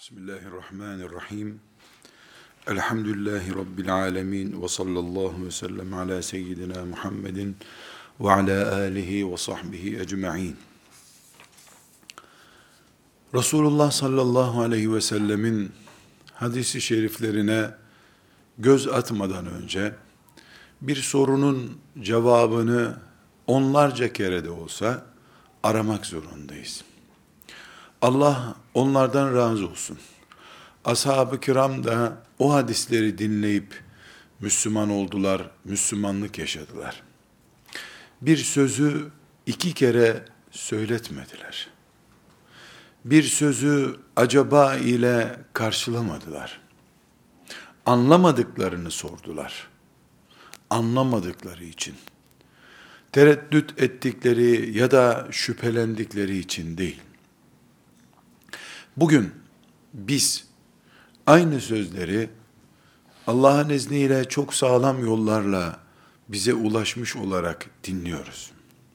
Bismillahirrahmanirrahim. Elhamdülillahi Rabbil alemin. Ve sallallahu ve sellem ala seyyidina Muhammedin ve ala alihi ve sahbihi ecma'in. Resulullah sallallahu aleyhi ve sellemin hadisi şeriflerine göz atmadan önce bir sorunun cevabını onlarca kere de olsa aramak zorundayız. Allah onlardan razı olsun. Ashab-ı kiram da o hadisleri dinleyip Müslüman oldular, Müslümanlık yaşadılar. Bir sözü iki kere söyletmediler. Bir sözü acaba ile karşılamadılar. Anlamadıklarını sordular. Anlamadıkları için. Tereddüt ettikleri ya da şüphelendikleri için değil. Bugün biz aynı sözleri Allah'ın izniyle çok sağlam yollarla bize ulaşmış olarak dinliyoruz.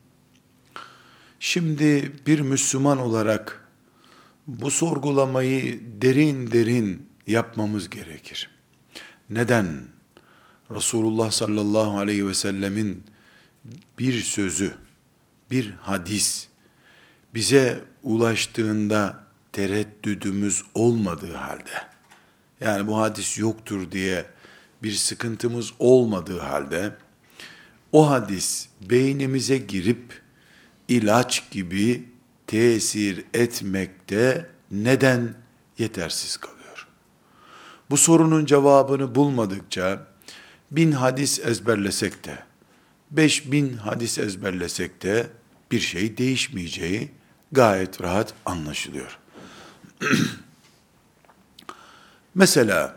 Şimdi bir Müslüman olarak bu sorgulamayı derin derin yapmamız gerekir. Neden? Resulullah sallallahu aleyhi ve sellemin bir sözü, bir hadis bize ulaştığında tereddüdümüz olmadığı halde, yani bu hadis yoktur diye bir sıkıntımız olmadığı halde, o hadis beynimize girip ilaç gibi tesir etmekte neden yetersiz kalıyor? Bu sorunun cevabını bulmadıkça 1000 hadis ezberlesek de, 5000 hadis ezberlesek de bir şey değişmeyeceği gayet rahat anlaşılıyor. Mesela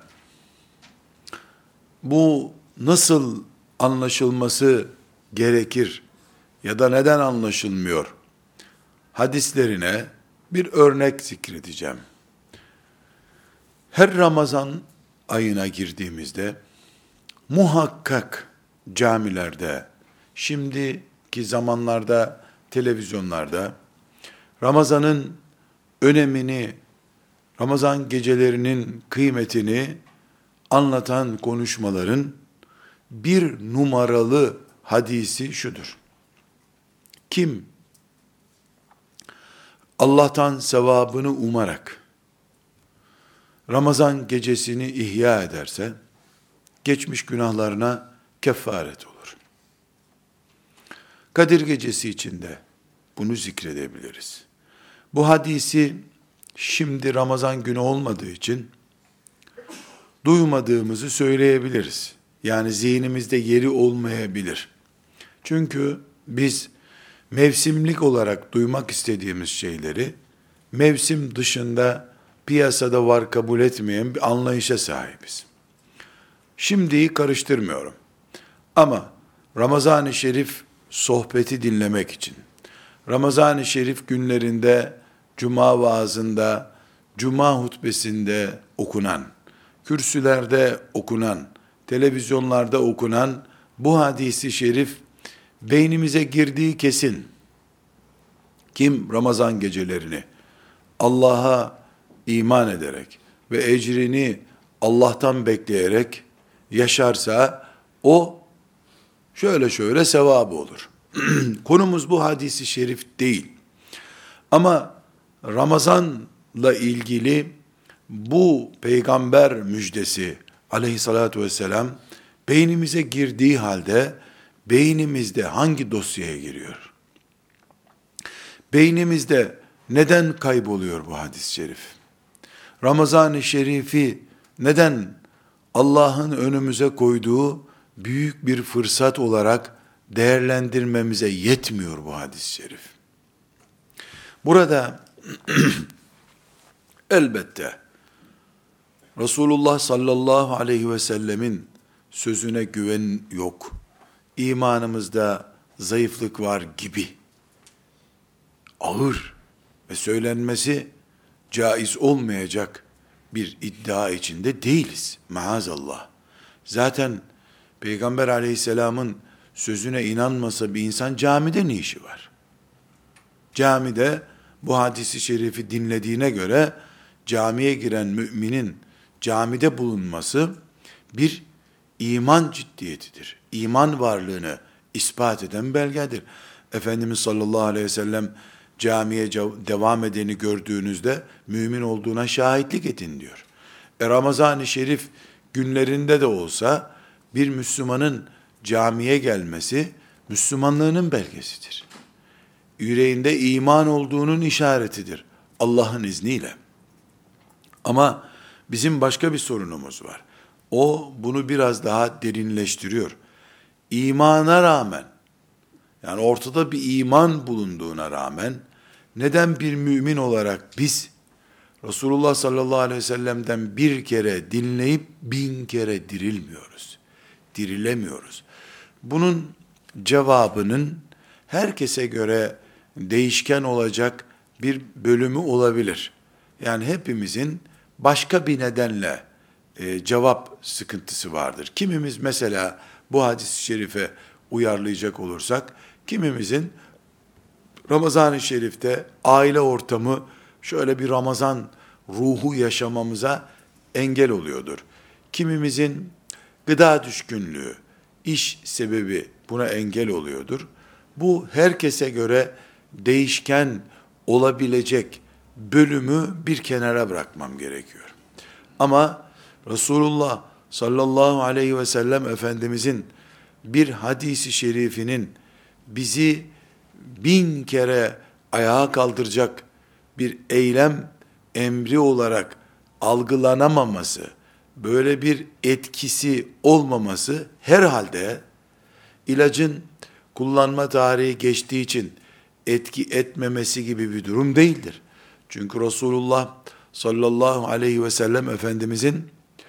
bu nasıl anlaşılması gerekir ya da neden anlaşılmıyor hadislerine bir örnek zikredeceğim. Her Ramazan ayına girdiğimizde muhakkak camilerde, şimdiki zamanlarda televizyonlarda Ramazan'ın önemini, Ramazan gecelerinin kıymetini anlatan konuşmaların bir numaralı hadisi şudur: kim Allah'tan sevabını umarak Ramazan gecesini ihya ederse, geçmiş günahlarına kefaret olur. Kadir gecesi içinde bunu zikredebiliriz. Bu hadisi şimdi Ramazan günü olmadığı için duymadığımızı söyleyebiliriz. Yani zihnimizde yeri olmayabilir. Çünkü biz mevsimlik olarak duymak istediğimiz şeyleri mevsim dışında piyasada var kabul etmeyen bir anlayışa sahibiz. Şimdiyi karıştırmıyorum. Ama Ramazan-ı Şerif sohbeti dinlemek için, Ramazan-ı Şerif günlerinde Cuma vaazında, Cuma hutbesinde okunan, kürsülerde okunan, televizyonlarda okunan bu hadisi şerif beynimize girdiği kesin. Kim Ramazan gecelerini Allah'a iman ederek ve ecrini Allah'tan bekleyerek yaşarsa o şöyle şöyle sevabı olur. Konumuz bu hadisi şerif değil. Ama Ramazan'la ilgili bu peygamber müjdesi aleyhissalatü vesselam beynimize girdiği halde beynimizde hangi dosyaya giriyor? Beynimizde neden kayboluyor bu hadis-i şerif? Ramazan-ı Şerif'i neden Allah'ın önümüze koyduğu büyük bir fırsat olarak değerlendirmemize yetmiyor bu hadis-i şerif? Burada elbette Resulullah sallallahu aleyhi ve sellemin sözüne güven yok, İmanımızda zayıflık var gibi ağır ve söylenmesi caiz olmayacak bir iddia içinde değiliz maazallah. Zaten Peygamber aleyhisselamın sözüne inanmasa bir insan camide ne işi var? Camide bu hadisi şerifi dinlediğine göre camiye giren müminin camide bulunması bir iman ciddiyetidir. İman varlığını ispat eden belgedir. Efendimiz sallallahu aleyhi ve sellem camiye devam edeni gördüğünüzde mümin olduğuna şahitlik edin diyor. Ramazan-ı Şerif günlerinde de olsa bir Müslümanın camiye gelmesi Müslümanlığının belgesidir. Yüreğinde iman olduğunun işaretidir Allah'ın izniyle. Ama bizim başka bir sorunumuz var. O bunu biraz daha derinleştiriyor. İmana rağmen, yani ortada bir iman bulunduğuna rağmen, neden bir mümin olarak biz Resulullah sallallahu aleyhi ve sellem'den bir kere dinleyip 1000 kere dirilmiyoruz? Dirilemiyoruz. Bunun cevabının herkese göre değişken olacak bir bölümü olabilir. Yani hepimizin başka bir nedenle cevap sıkıntısı vardır. Kimimiz mesela bu hadis-i şerife uyarlayacak olursak, kimimizin Ramazan-ı Şerif'te aile ortamı şöyle bir Ramazan ruhu yaşamamıza engel oluyordur. Kimimizin gıda düşkünlüğü, iş sebebi buna engel oluyordur. Bu herkese göre değişken olabilecek bölümü bir kenara bırakmam gerekiyor. Ama Resulullah sallallahu aleyhi ve sellem Efendimizin bir hadisi şerifinin bizi 1000 kere ayağa kaldıracak bir eylem emri olarak algılanamaması, böyle bir etkisi olmaması herhalde ilacın kullanma tarihi geçtiği için etki etmemesi gibi bir durum değildir. Çünkü Resulullah sallallahu aleyhi ve sellem Efendimizin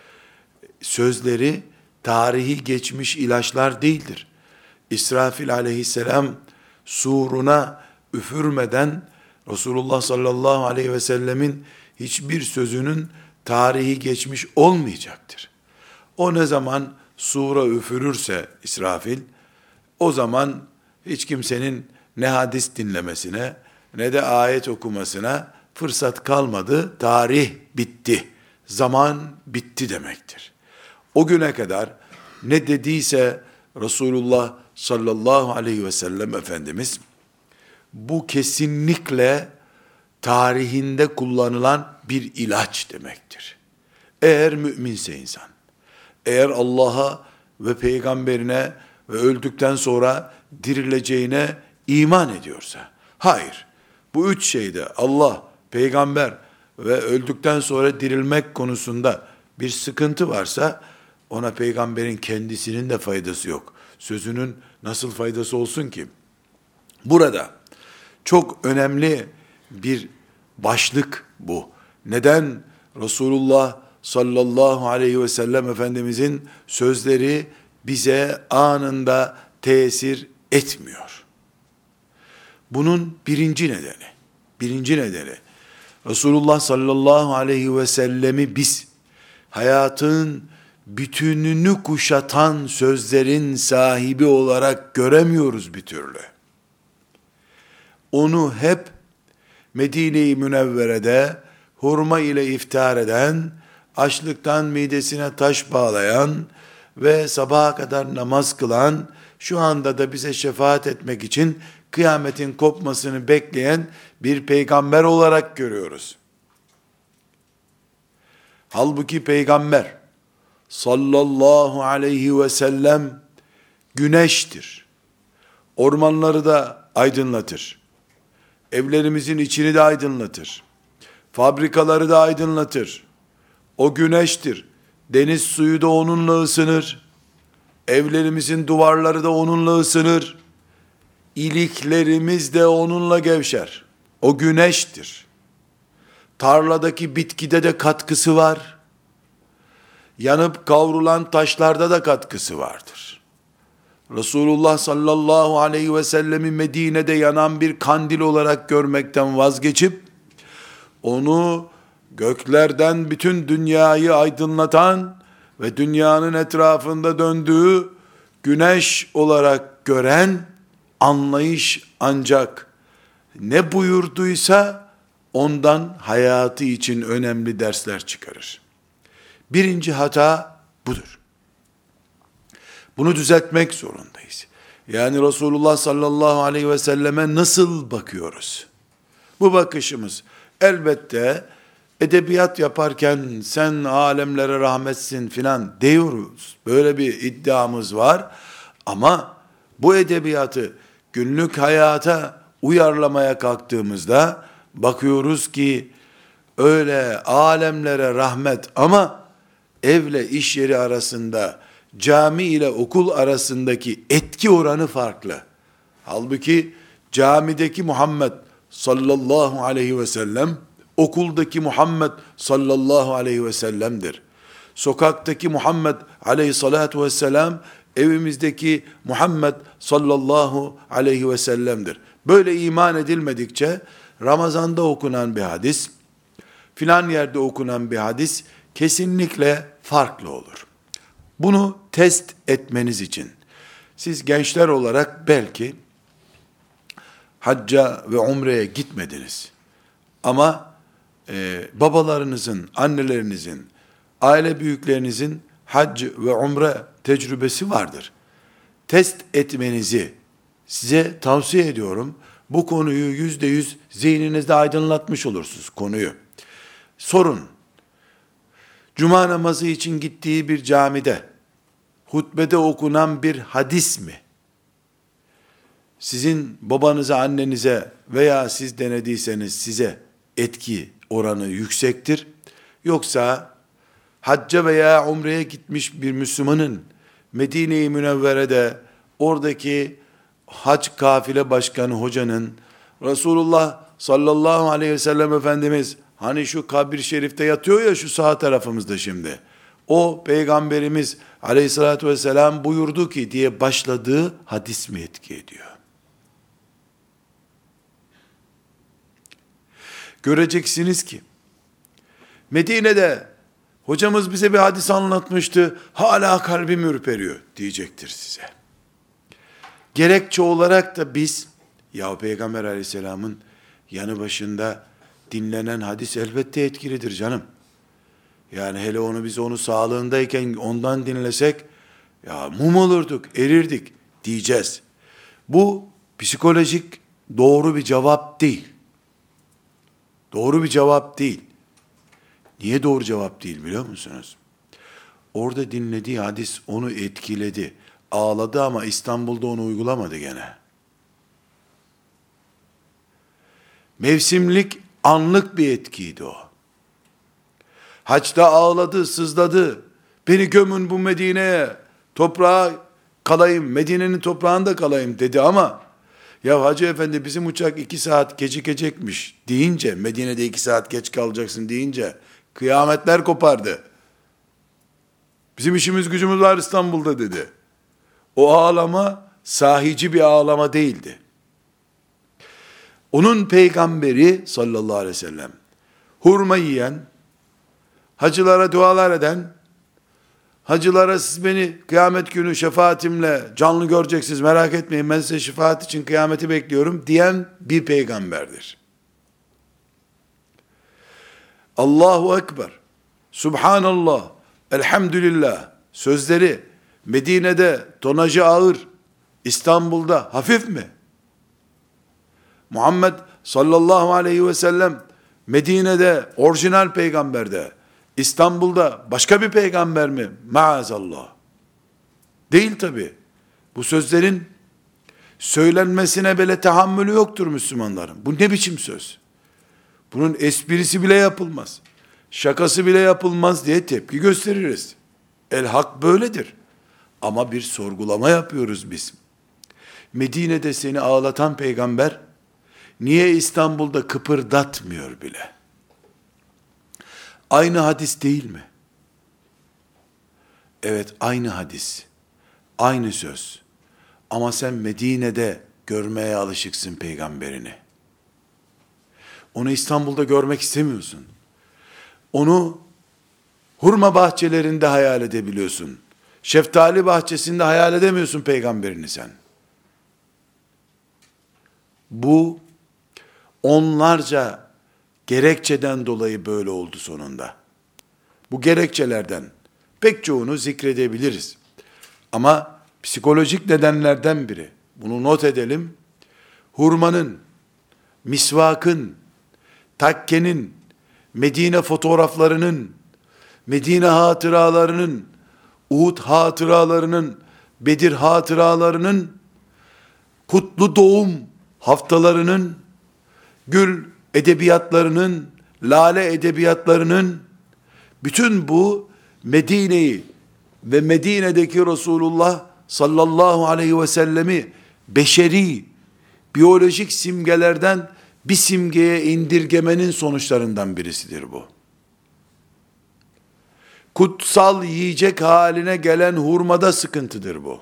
sözleri tarihi geçmiş ilaçlar değildir. İsrafil aleyhisselam suruna üfürmeden Resulullah sallallahu aleyhi ve sellemin hiçbir sözünün tarihi geçmiş olmayacaktır. O ne zaman sura üfürürse İsrafil, o zaman hiç kimsenin ne hadis dinlemesine ne de ayet okumasına fırsat kalmadı, tarih bitti, zaman bitti demektir. O güne kadar ne dediyse Resulullah sallallahu aleyhi ve sellem Efendimiz, bu kesinlikle tarihinde kullanılan bir ilaç demektir. Eğer müminse insan, eğer Allah'a ve peygamberine ve öldükten sonra dirileceğine iman ediyorsa, hayır, bu üç şeyde Allah, peygamber ve öldükten sonra dirilmek konusunda bir sıkıntı varsa, ona peygamberin kendisinin de faydası yok. Sözünün nasıl faydası olsun ki? Burada çok önemli bir başlık bu. Neden Resulullah sallallahu aleyhi ve sellem Efendimizin sözleri bize anında tesir etmiyor? Bunun birinci nedeni, Resulullah sallallahu aleyhi ve sellemi biz hayatın bütününü kuşatan sözlerin sahibi olarak göremiyoruz bir türlü. Onu hep Medine-i Münevvere'de hurma ile iftar eden, açlıktan midesine taş bağlayan ve sabaha kadar namaz kılan, şu anda da bize şefaat etmek için kıyametin kopmasını bekleyen bir peygamber olarak görüyoruz. Halbuki peygamber sallallahu aleyhi ve sellem güneştir. Ormanları da aydınlatır. Evlerimizin içini de aydınlatır. Fabrikaları da aydınlatır. O güneştir. Deniz suyu da onunla ısınır. Evlerimizin duvarları da onunla ısınır. İliklerimiz de onunla gevşer. O güneştir. Tarladaki bitkide de katkısı var. Yanıp kavrulan taşlarda da katkısı vardır. Resulullah sallallahu aleyhi ve sellemi Medine'de yanan bir kandil olarak görmekten vazgeçip, onu göklerden bütün dünyayı aydınlatan ve dünyanın etrafında döndüğü güneş olarak gören anlayış ancak ne buyurduysa ondan hayatı için önemli dersler çıkarır. Birinci hata budur. Bunu düzeltmek zorundayız. Yani Resulullah sallallahu aleyhi ve selleme nasıl bakıyoruz? Bu bakışımız elbette edebiyat yaparken sen alemlere rahmetsin filan diyoruz. Böyle bir iddiamız var. Ama bu edebiyatı günlük hayata uyarlamaya kalktığımızda bakıyoruz ki öyle alemlere rahmet ama evle iş yeri arasında, cami ile okul arasındaki etki oranı farklı. Halbuki camideki Muhammed sallallahu aleyhi ve sellem, okuldaki Muhammed sallallahu aleyhi ve sellem'dir. Sokaktaki Muhammed aleyhissalatu vesselam, evimizdeki Muhammed sallallahu aleyhi ve sellem'dir. Böyle iman edilmedikçe, Ramazan'da okunan bir hadis, filan yerde okunan bir hadis, kesinlikle farklı olur. Bunu test etmeniz için, siz gençler olarak belki, hacca ve umreye gitmediniz. Ama babalarınızın, annelerinizin, aile büyüklerinizin hac ve umre tecrübesi vardır. Test etmenizi size tavsiye ediyorum. Bu konuyu %100 zihninizde aydınlatmış olursunuz konuyu. Sorun, cuma namazı için gittiği bir camide, hutbede okunan bir hadis mi? Sizin babanıza, annenize veya siz denediyseniz size etki oranı yüksektir. Yoksa hacca veya umreye gitmiş bir Müslümanın Medine-i Münevvere'de oradaki hac kafile başkanı hocanın Resulullah sallallahu aleyhi ve sellem Efendimiz hani şu kabir şerifte yatıyor ya şu sağ tarafımızda şimdi. O peygamberimiz aleyhissalatü vesselam buyurdu ki diye başladığı hadis mi etki ediyor? Göreceksiniz ki Medine'de hocamız bize bir hadis anlatmıştı, hala kalbim ürperiyor diyecektir size. Gerekçe olarak da biz, ya Peygamber aleyhisselamın yanı başında dinlenen hadis elbette etkilidir canım. Yani hele biz onu sağlığındayken ondan dinlesek, ya mum olurduk, erirdik diyeceğiz. Bu psikolojik doğru bir cevap değil. Doğru bir cevap değil. Niye doğru cevap değil biliyor musunuz? Orada dinlediği hadis onu etkiledi. Ağladı ama İstanbul'da onu uygulamadı gene. Mevsimlik, anlık bir etkiydi o. Haçta ağladı, sızladı. Beni gömün bu Medine'ye, toprağa kalayım, Medine'nin toprağında kalayım dedi ama ya Hacı Efendi bizim uçak 2 saat gecikecekmiş deyince, Medine'de 2 saat geç kalacaksın deyince kıyametler kopardı. Bizim işimiz gücümüz var İstanbul'da dedi. O ağlama sahici bir ağlama değildi. Onun peygamberi sallallahu aleyhi ve sellem hurma yiyen, hacılara dualar eden, hacılara siz beni kıyamet günü şefaatimle canlı göreceksiniz merak etmeyin ben size şefaat için kıyameti bekliyorum diyen bir peygamberdir. Allahu Ekber, Subhanallah, Elhamdülillah sözleri Medine'de tonajı ağır, İstanbul'da hafif mi? Muhammed sallallahu aleyhi ve sellem Medine'de orijinal peygamberde, İstanbul'da başka bir peygamber mi? Maazallah. Değil tabi. Bu sözlerin söylenmesine bile tahammülü yoktur Müslümanların. Bu ne biçim söz? Bunun esprisi bile yapılmaz. Şakası bile yapılmaz diye tepki gösteririz. El hak böyledir. Ama bir sorgulama yapıyoruz biz. Medine'de seni ağlatan peygamber, niye İstanbul'da kıpırdatmıyor bile? Aynı hadis değil mi? Evet, aynı hadis. Aynı söz. Ama sen Medine'de görmeye alışıksın peygamberini. Onu İstanbul'da görmek istemiyorsun. Onu hurma bahçelerinde hayal edebiliyorsun. Şeftali bahçesinde hayal edemiyorsun peygamberini sen. Bu onlarca gerekçeden dolayı böyle oldu sonunda. Bu gerekçelerden pek çoğunu zikredebiliriz. Ama psikolojik nedenlerden biri, bunu not edelim, hurmanın, misvakın, takkenin, Medine fotoğraflarının, Medine hatıralarının, Uhud hatıralarının, Bedir hatıralarının, kutlu doğum haftalarının, gül edebiyatlarının, lale edebiyatlarının, bütün bu Medine'yi ve Medine'deki Resulullah sallallahu aleyhi ve sellemi beşeri, biyolojik simgelerden bir simgeye indirgemenin sonuçlarından birisidir bu. Kutsal yiyecek haline gelen hurmada sıkıntıdır bu.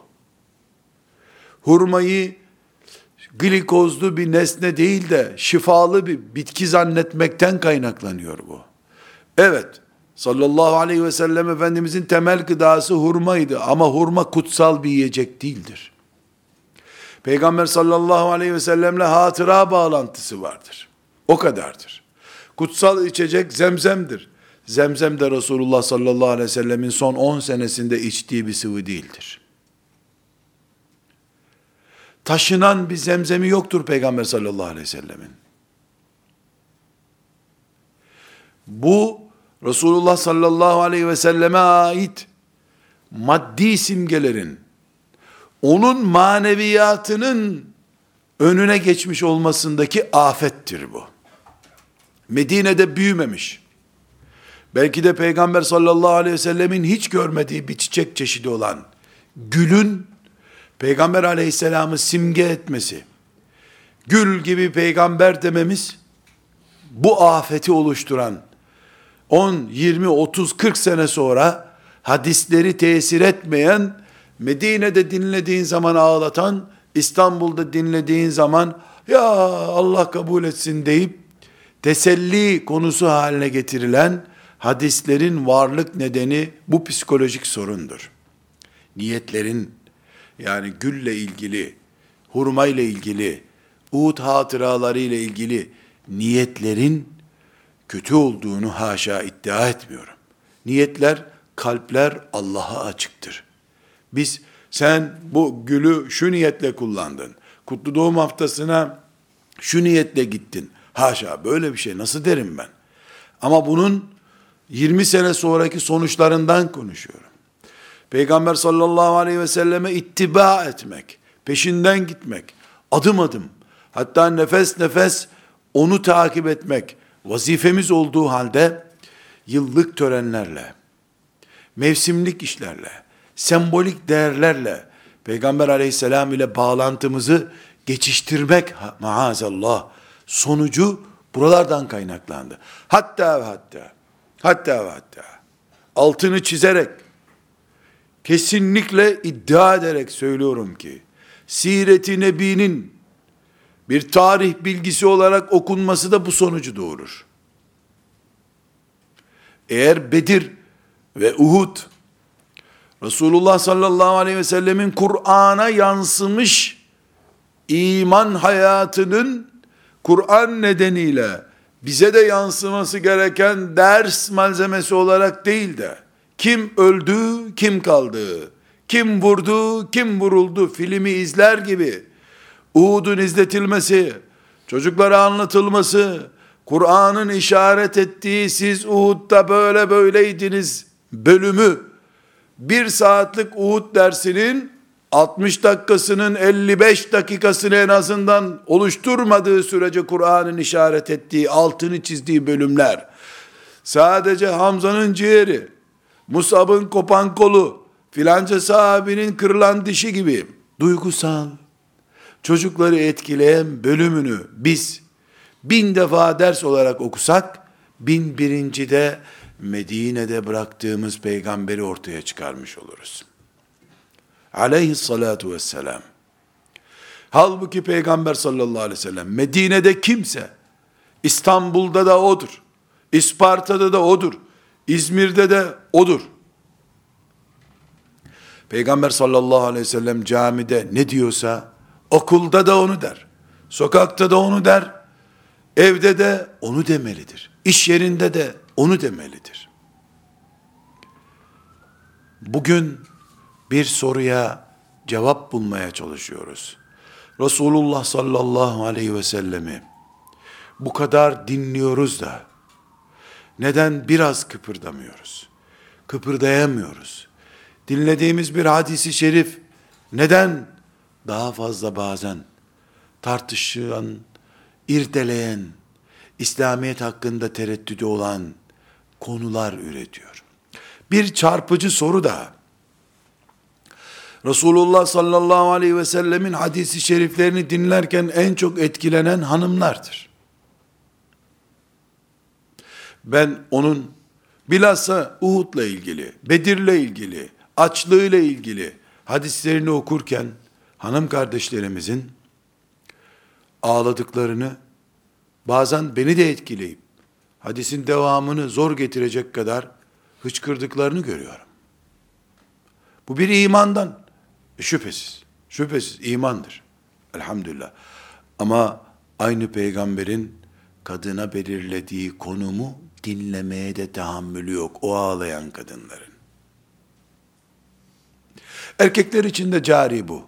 Hurmayı glikozlu bir nesne değil de şifalı bir bitki zannetmekten kaynaklanıyor bu. Evet, sallallahu aleyhi ve sellem Efendimizin temel gıdası hurmaydı ama hurma kutsal bir yiyecek değildir. Peygamber sallallahu aleyhi ve sellemle hatıra bağlantısı vardır. O kadardır. Kutsal içecek zemzemdir. Zemzem de Resulullah sallallahu aleyhi ve sellemin son 10 senesinde içtiği bir sıvı değildir. Taşınan bir zemzemi yoktur Peygamber sallallahu aleyhi ve sellemin. Bu Resulullah sallallahu aleyhi ve selleme ait maddi simgelerin onun maneviyatının önüne geçmiş olmasındaki afettir bu. Medine'de büyümemiş. Belki de Peygamber sallallahu aleyhi ve sellemin hiç görmediği bir çiçek çeşidi olan gülün Peygamber aleyhisselamı simge etmesi, gül gibi peygamber dememiz, bu afeti oluşturan 10, 20, 30, 40 sene sonra hadisleri tesir etmeyen, Medine'de dinlediğin zaman ağlatan, İstanbul'da dinlediğin zaman ya Allah kabul etsin deyip teselli konusu haline getirilen hadislerin varlık nedeni bu psikolojik sorundur. Niyetlerin, yani gülle ilgili, hurma ile ilgili, Uhud hatıraları ile ilgili niyetlerin kötü olduğunu haşa iddia etmiyorum. Niyetler, kalpler Allah'a açıktır. Sen bu gülü şu niyetle kullandın, kutlu doğum haftasına şu niyetle gittin. Haşa, böyle bir şey nasıl derim ben? Ama bunun 20 sene sonraki sonuçlarından konuşuyorum. Peygamber sallallahu aleyhi ve selleme ittiba etmek, peşinden gitmek, adım adım, hatta nefes nefes onu takip etmek vazifemiz olduğu halde yıllık törenlerle, mevsimlik işlerle, sembolik değerlerle Peygamber aleyhisselam ile bağlantımızı geçiştirmek maazallah sonucu buralardan kaynaklandı. Hatta altını çizerek, kesinlikle iddia ederek söylüyorum ki, Siret-i Nebi'nin bir tarih bilgisi olarak okunması da bu sonucu doğurur. Eğer Bedir ve Uhud, Resulullah sallallahu aleyhi ve sellemin Kur'an'a yansımış iman hayatının Kur'an nedeniyle bize de yansıması gereken ders malzemesi olarak değil de, kim öldü, kim kaldı, kim vurdu, kim vuruldu filmi izler gibi, Uhud'un izletilmesi, çocuklara anlatılması, Kur'an'ın işaret ettiği siz Uhud'da böyle böyleydiniz bölümü, bir saatlik Uhud dersinin 60 dakikasının 55 dakikasını en azından oluşturmadığı sürece Kur'an'ın işaret ettiği, altını çizdiği bölümler, sadece Hamza'nın ciğeri, Musab'ın kopan kolu, filanca sahabinin kırılan dişi gibi duygusal, çocukları etkileyen bölümünü biz 1000 defa ders olarak okusak, 1001'de Medine'de bıraktığımız peygamberi ortaya çıkarmış oluruz. Aleyhissalatu vesselam. Halbuki Peygamber sallallahu aleyhi ve sellem Medine'de kimse, İstanbul'da da odur, İsparta'da da odur, İzmir'de de odur. Peygamber sallallahu aleyhi ve sellem camide ne diyorsa, okulda da onu der, sokakta da onu der, Evde de onu demelidir. İş yerinde de onu demelidir. Bugün bir soruya cevap bulmaya çalışıyoruz. Resulullah sallallahu aleyhi ve sellemi bu kadar dinliyoruz da neden biraz kıpırdamıyoruz? Kıpırdayamıyoruz. Dinlediğimiz bir hadisi şerif neden daha fazla bazen tartışılan, irdeleyen, İslamiyet hakkında tereddüdü olan konular üretiyor? Bir çarpıcı soru da, Resulullah sallallahu aleyhi ve sellemin hadisi şeriflerini dinlerken en çok etkilenen hanımlardır. Ben onun bilhassa Uhud'la ilgili, Bedir'le ilgili, açlığıyla ilgili hadislerini okurken hanım kardeşlerimizin ağladıklarını, bazen beni de etkileyip hadisin devamını zor getirecek kadar hıçkırdıklarını görüyorum. Bu bir imandan, şüphesiz imandır. Elhamdülillah. Ama aynı peygamberin kadına belirlediği konumu dinlemeye de tahammülü yok o ağlayan kadınların. Erkekler için de cari bu.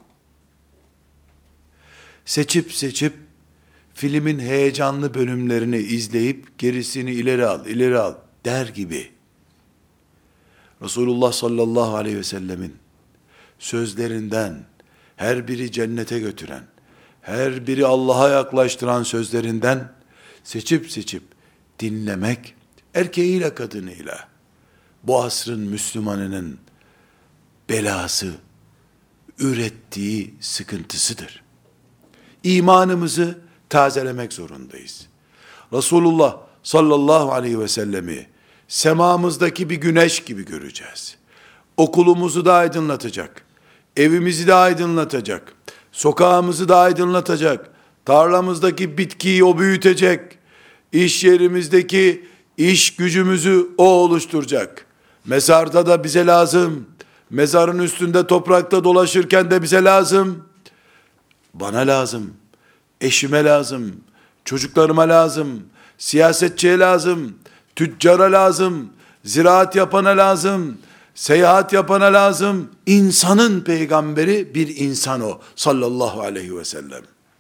Seçip filmin heyecanlı bölümlerini izleyip gerisini ileri al der gibi. Resulullah sallallahu aleyhi ve sellemin sözlerinden, her biri cennete götüren, her biri Allah'a yaklaştıran sözlerinden seçip dinlemek, erkeğiyle kadınıyla bu asrın Müslümanının belası, ürettiği sıkıntısıdır. İmanımızı tazelemek zorundayız. Resulullah sallallahu aleyhi ve sellemi semamızdaki bir güneş gibi göreceğiz. Okulumuzu da aydınlatacak, evimizi de aydınlatacak, sokağımızı da aydınlatacak, tarlamızdaki bitkiyi o büyütecek, iş yerimizdeki iş gücümüzü o oluşturacak. Mezarda da bize lazım, mezarın üstünde toprakta dolaşırken de bize lazım, bana lazım, eşime lazım, çocuklarıma lazım, siyasetçiye lazım, tüccara lazım, ziraat yapana lazım, seyahat yapana lazım. İnsanın peygamberi bir insan o sallallahu aleyhi ve sellem.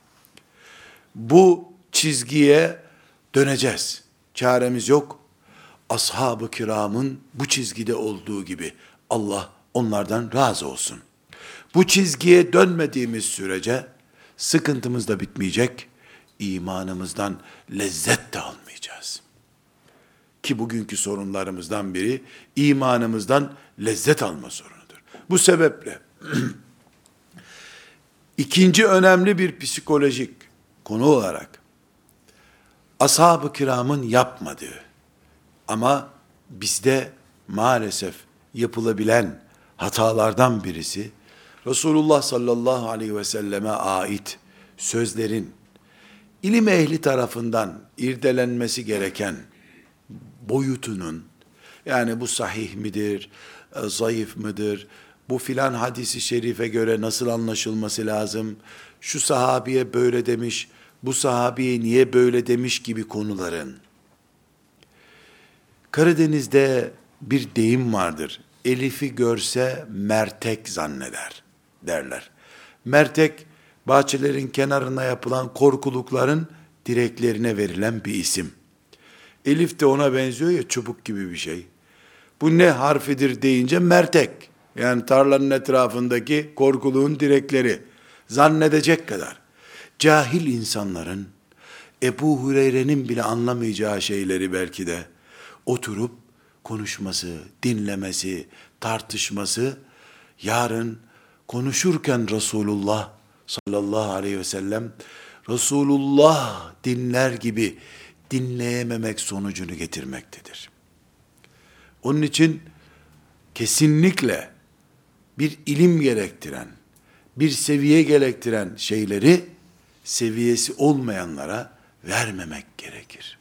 Bu çizgiye döneceğiz. Çaremiz yok. Ashab-ı kiramın bu çizgide olduğu gibi Allah onlardan razı olsun. Bu çizgiye dönmediğimiz sürece sıkıntımız da bitmeyecek, imanımızdan lezzet de almayacağız. Ki bugünkü sorunlarımızdan biri imanımızdan lezzet alma sorunudur. Bu sebeple ikinci önemli bir psikolojik konu olarak ashab-ı kiramın yapmadığı ama bizde maalesef yapılabilen hatalardan birisi, Resulullah sallallahu aleyhi ve selleme ait sözlerin ilim ehli tarafından irdelenmesi gereken boyutunun, yani bu sahih midir, zayıf mıdır, bu filan hadisi şerife göre nasıl anlaşılması lazım, şu sahabiye böyle demiş, bu sahabiye niye böyle demiş gibi konuların, Karadeniz'de bir deyim vardır, Elif'i görse mertek zanneder derler. Mertek, bahçelerin kenarına yapılan korkulukların direklerine verilen bir isim. Elif de ona benziyor ya, çubuk gibi bir şey. Bu ne harfidir deyince mertek. Yani tarlanın etrafındaki korkuluğun direkleri. Zannedecek kadar. Cahil insanların Ebu Hureyre'nin bile anlamayacağı şeyleri belki de oturup konuşması, dinlemesi, tartışması, yarın konuşurken Resulullah sallallahu aleyhi ve sellem Resulullah dinler gibi dinleyememek sonucunu getirmektedir. Onun için kesinlikle bir ilim gerektiren, bir seviye gerektiren şeyleri seviyesi olmayanlara vermemek gerekir.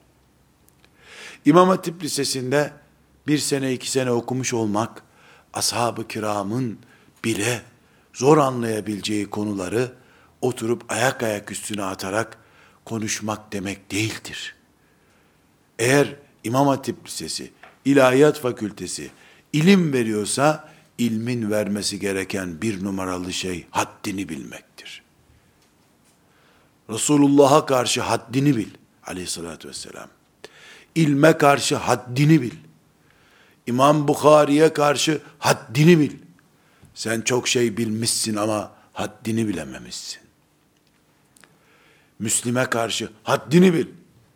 İmam Hatip Lisesi'nde 1 sene 2 sene okumuş olmak, ashab-ı kiramın bile zor anlayabileceği konuları oturup ayak üstüne atarak konuşmak demek değildir. Eğer İmam Hatip Lisesi, İlahiyat Fakültesi ilim veriyorsa, ilmin vermesi gereken bir numaralı şey haddini bilmektir. Resulullah'a karşı haddini bil aleyhissalatü vesselam. İlme karşı haddini bil. İmam Bukhari'ye karşı haddini bil. Sen çok şey bilmişsin ama haddini bilememişsin. Müslim'e karşı haddini bil.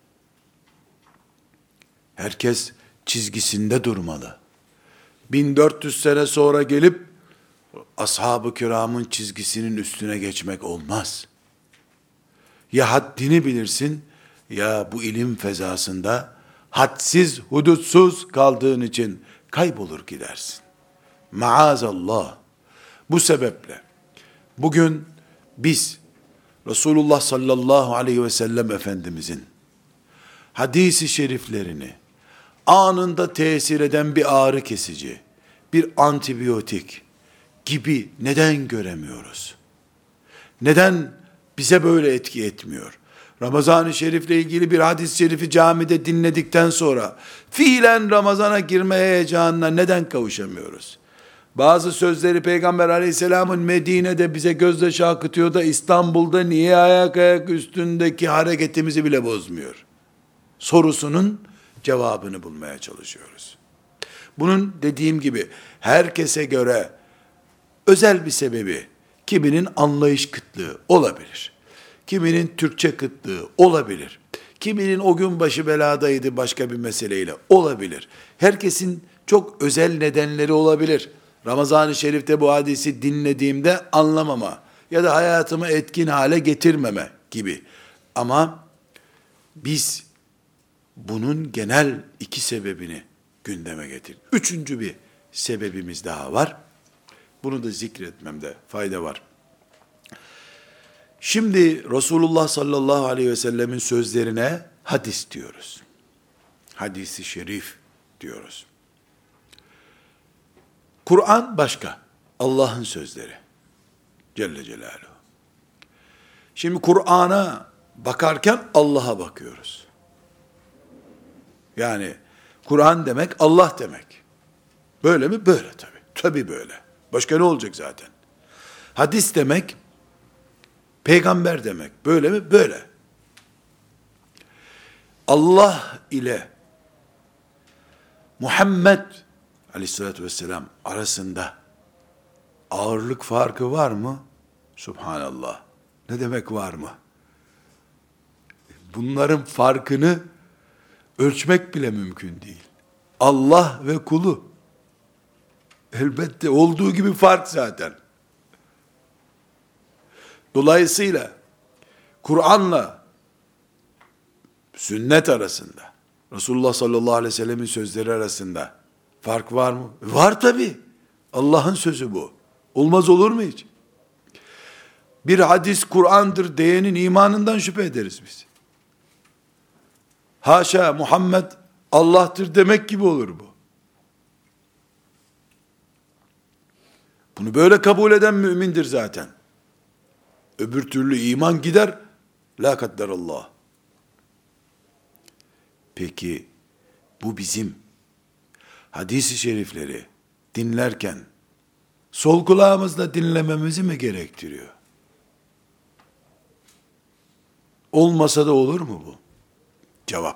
Herkes çizgisinde durmalı. 1400 sene sonra gelip ashab-ı kiramın çizgisinin üstüne geçmek olmaz. Ya haddini bilirsin, ya bu ilim fezasında hadsiz, hudutsuz kaldığın için kaybolur gidersin. Maazallah. Bu sebeple bugün biz Resulullah sallallahu aleyhi ve sellem Efendimizin hadisi şeriflerini anında tesir eden bir ağrı kesici, bir antibiyotik gibi neden göremiyoruz? Neden bize böyle etki etmiyor? Ramazan-ı Şerif'le ilgili bir hadis-i şerifi camide dinledikten sonra fiilen Ramazan'a girme heyecanına neden kavuşamıyoruz? Bazı sözleri Peygamber aleyhisselamın Medine'de bize gözyaşı akıtıyor da İstanbul'da niye ayak üstündeki hareketimizi bile bozmuyor? Sorusunun cevabını bulmaya çalışıyoruz. Bunun dediğim gibi herkese göre özel bir sebebi, kiminin anlayış kıtlığı olabilir. Kiminin Türkçe kıtlığı olabilir. Kiminin o gün başı beladaydı başka bir meseleyle olabilir. Herkesin çok özel nedenleri olabilir. Ramazan-ı Şerif'te bu hadisi dinlediğimde anlamama ya da hayatımı etkin hale getirmeme gibi. Ama biz bunun genel iki sebebini gündeme getirdik. Üçüncü bir sebebimiz daha var. Bunu da zikretmemde fayda var. Şimdi Resulullah sallallahu aleyhi ve sellemin sözlerine hadis diyoruz. Hadis-i şerif diyoruz. Kur'an başka. Allah'ın sözleri. Celle Celaluhu. Şimdi Kur'an'a bakarken Allah'a bakıyoruz. Yani Kur'an demek Allah demek. Böyle mi? Böyle tabii. Tabii böyle. Başka ne olacak zaten? Hadis demek peygamber demek. Böyle mi? Böyle. Allah ile Muhammed aleyhissalatü vesselam arasında ağırlık farkı var mı? Subhanallah. Ne demek var mı? Bunların farkını ölçmek bile mümkün değil. Allah ve kulu. Elbette olduğu gibi fark zaten. Dolayısıyla Kur'an'la sünnet arasında, Resulullah sallallahu aleyhi ve sellemin sözleri arasında fark var mı? Var tabii. Allah'ın sözü bu. Olmaz olur mu hiç? Bir hadis Kur'an'dır diyenin imanından şüphe ederiz biz. Haşa Muhammed Allah'tır demek gibi olur bu. Bunu böyle kabul eden mümindir zaten. Öbür türlü iman gider. La kadderallah. Peki bu bizim hadis-i şerifleri dinlerken sol kulağımızla dinlememizi mi gerektiriyor? Olmasa da olur mu bu? Cevap.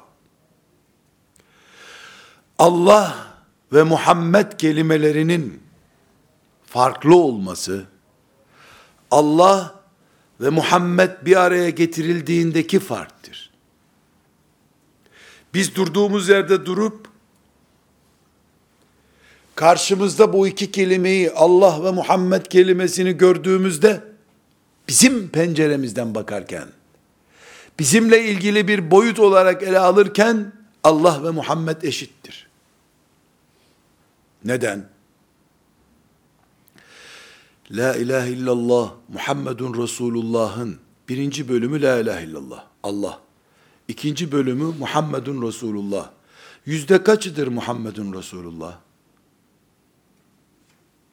Allah ve Muhammed kelimelerinin farklı olması, Allah ve Muhammed bir araya getirildiğindeki farktır. Biz durduğumuz yerde durup, karşımızda bu iki kelimeyi, Allah ve Muhammed kelimesini gördüğümüzde, bizim penceremizden bakarken, bizimle ilgili bir boyut olarak ele alırken, Allah ve Muhammed eşittir. Neden? La ilahe illallah Muhammedun Resulullah'ın birinci bölümü la ilahe illallah Allah. İkinci bölümü Muhammedun Resulullah. Yüzde kaçıdır Muhammedun Resulullah?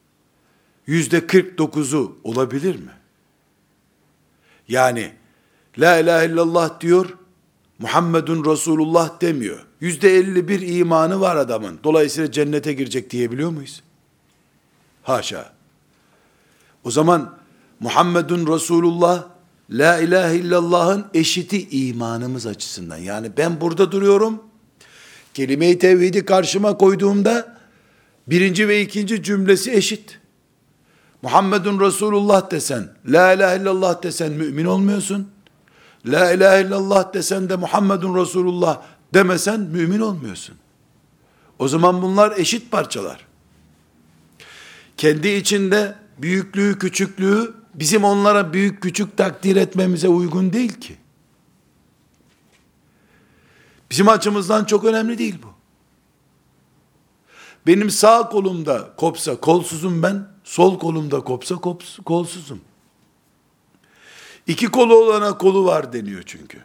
%49'u olabilir mi? Yani La ilahe illallah diyor, Muhammedun Resulullah demiyor. %51 imanı var adamın. Dolayısıyla cennete girecek diyebiliyor muyuz? Haşa. O zaman Muhammedun Resulullah, la ilahe illallah'ın eşiti imanımız açısından. Yani ben burada duruyorum, kelime-i tevhidi karşıma koyduğumda, birinci ve ikinci cümlesi eşit. Muhammedun Resulullah desen, la ilahe illallah desen mümin olmuyorsun. La ilahe illallah desen de Muhammedun Resulullah demesen mümin olmuyorsun. O zaman bunlar eşit parçalar. Kendi içinde büyüklüğü, küçüklüğü bizim onlara büyük küçük takdir etmemize uygun değil ki. Bizim açımızdan çok önemli değil bu. Benim sağ kolumda kopsa kolsuzum ben, sol kolumda kopsa kolsuzum. İki kolu olana kolu var deniyor çünkü.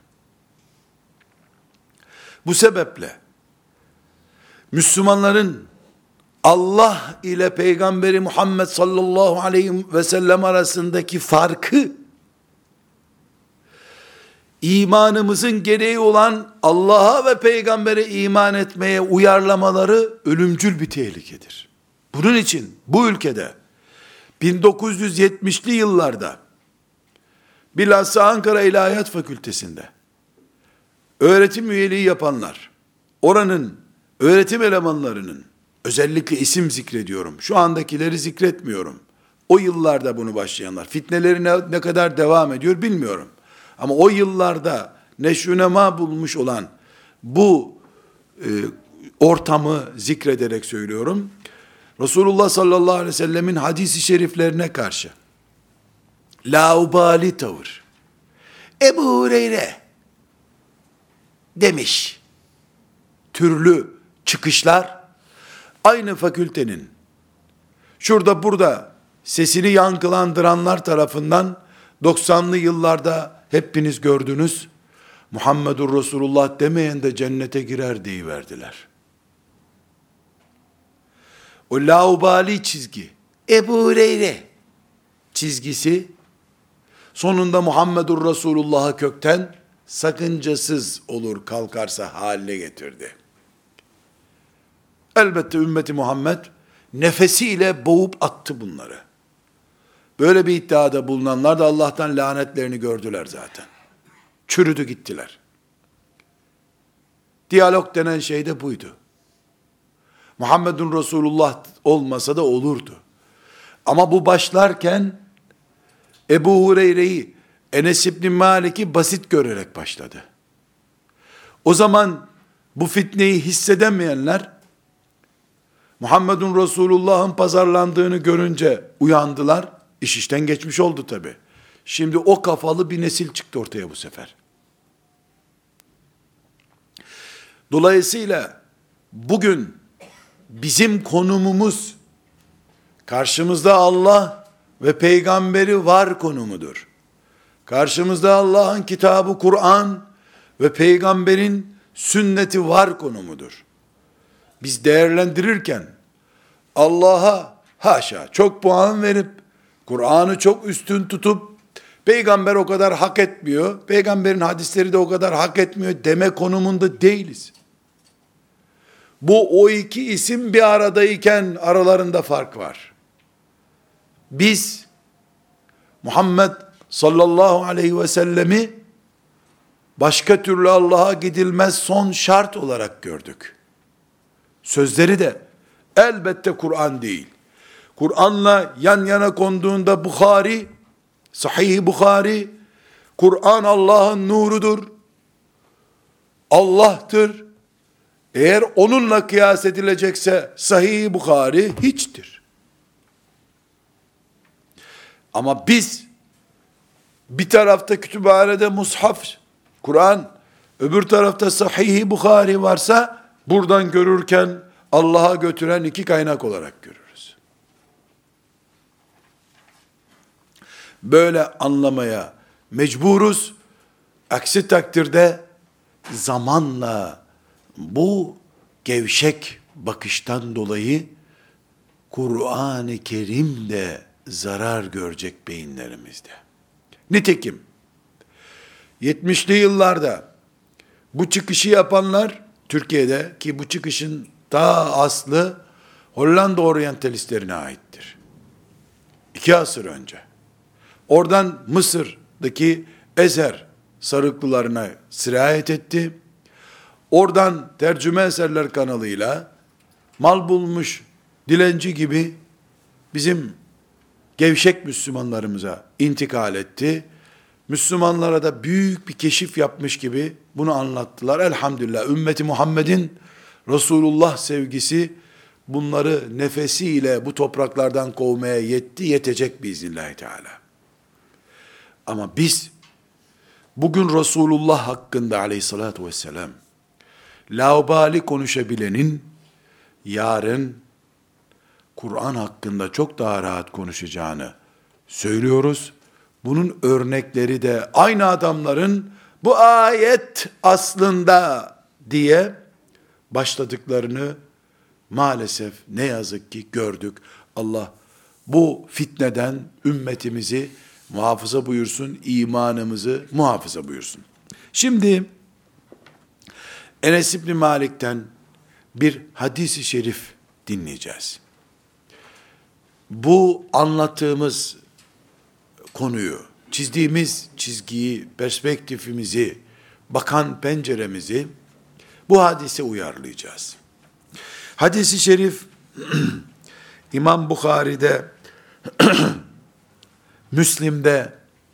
Bu sebeple Müslümanların Allah ile Peygamberi Muhammed sallallahu aleyhi ve sellem arasındaki farkı, imanımızın gereği olan Allah'a ve Peygamber'e iman etmeye uyarlamaları ölümcül bir tehlikedir. Bunun için bu ülkede 1970'li yıllarda bilhassa Ankara İlahiyat Fakültesi'nde öğretim üyeliği yapanlar, oranın öğretim elemanlarının, özellikle isim zikrediyorum, şu andakileri zikretmiyorum, o yıllarda bunu başlayanlar, fitneleri ne kadar devam ediyor bilmiyorum. Ama o yıllarda neşrünema bulmuş olan bu ortamı zikrederek söylüyorum. Resulullah sallallahu aleyhi ve sellemin hadisi şeriflerine karşı laubali tavır, Ebu Hureyre demiş türlü çıkışlar, aynı fakültenin şurada burada sesini yankılandıranlar tarafından 90'lı yıllarda hepiniz gördünüz, Muhammedur Resulullah demeyen de cennete girer deyiverdiler. O laubali çizgi, Ebu Hureyre çizgisi, sonunda Muhammedur Resulullah'ı kökten sakıncasız olur kalkarsa haline getirdi. Elbette ümmeti Muhammed nefesiyle boğup attı bunları. Böyle bir iddiada bulunanlar da Allah'tan lanetlerini gördüler zaten. Çürüdü gittiler. Diyalog denen şey de buydu. Muhammedun Resulullah olmasa da olurdu. Ama bu başlarken Ebu Hureyre'yi, Enes İbni Malik'i basit görerek başladı. O zaman bu fitneyi hissedemeyenler, Muhammedun Resulullah'ın pazarlandığını görünce uyandılar. İş işten geçmiş oldu tabi. Şimdi o kafalı bir nesil çıktı ortaya bu sefer. Dolayısıyla bugün bizim konumumuz karşımızda Allah ve peygamberi var konumudur. Karşımızda Allah'ın kitabı Kur'an ve peygamberin sünneti var konumudur. Biz değerlendirirken Allah'a haşa çok puan verip Kur'an'ı çok üstün tutup peygamber o kadar hak etmiyor, peygamberin hadisleri de o kadar hak etmiyor deme konumunda değiliz. Bu o iki isim bir aradayken aralarında fark var. Biz Muhammed sallallahu aleyhi ve sellemi başka türlü Allah'a gidilmez son şart olarak gördük. Sözleri de elbette Kur'an değil. Kur'an'la yan yana konduğunda Bukhari, Sahih Bukhari, Kur'an Allah'ın nurudur, Allah'tır. Eğer onunla kıyas edilecekse Sahih Bukhari hiçtir. Ama biz bir tarafta kütüphanede mushaf, Kur'an, öbür tarafta Sahih Bukhari varsa buradan görürken Allah'a götüren iki kaynak olarak görürüz. Böyle anlamaya mecburuz. Aksi takdirde zamanla bu gevşek bakıştan dolayı Kur'an-ı Kerim de zarar görecek beyinlerimizde. Nitekim 70'li yıllarda bu çıkışı yapanlar Türkiye'de, ki bu çıkışın ta aslı Hollanda oryantalistlerine aittir. 2 asır önce. Oradan Mısır'daki Ezer sarıklılarına sirayet etti. Oradan tercüme eserler kanalıyla mal bulmuş dilenci gibi bizim gevşek Müslümanlarımıza intikal etti. Müslümanlara da büyük bir keşif yapmış gibi bunu anlattılar. Elhamdülillah ümmeti Muhammed'in Resulullah sevgisi bunları nefesiyle bu topraklardan kovmaya yetti, yetecek biiznillahü teala. Ama biz bugün Resulullah hakkında aleyhissalatü vesselam laubali konuşabilenin yarın Kur'an hakkında çok daha rahat konuşacağını söylüyoruz. Bunun örnekleri de aynı adamların bu ayet aslında diye başladıklarını maalesef ne yazık ki gördük. Allah bu fitneden ümmetimizi muhafaza buyursun, imanımızı muhafaza buyursun. Şimdi Enes İbni Malik'ten bir hadis-i şerif dinleyeceğiz. Bu anlattığımız konuyu, çizdiğimiz çizgiyi, perspektifimizi, bakan penceremizi bu hadise uyarlayacağız. Hadis-i şerif İmam Bukhari'de, Müslim'de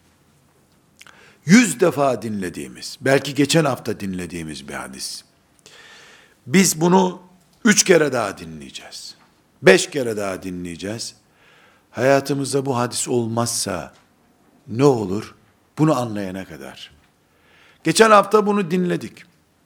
100 defa dinlediğimiz, belki geçen hafta dinlediğimiz bir hadis. Biz bunu 3 kere daha dinleyeceğiz. 5 kere daha dinleyeceğiz. Hayatımızda bu hadis olmazsa ne olur? Bunu anlayana kadar. Geçen hafta bunu dinledik.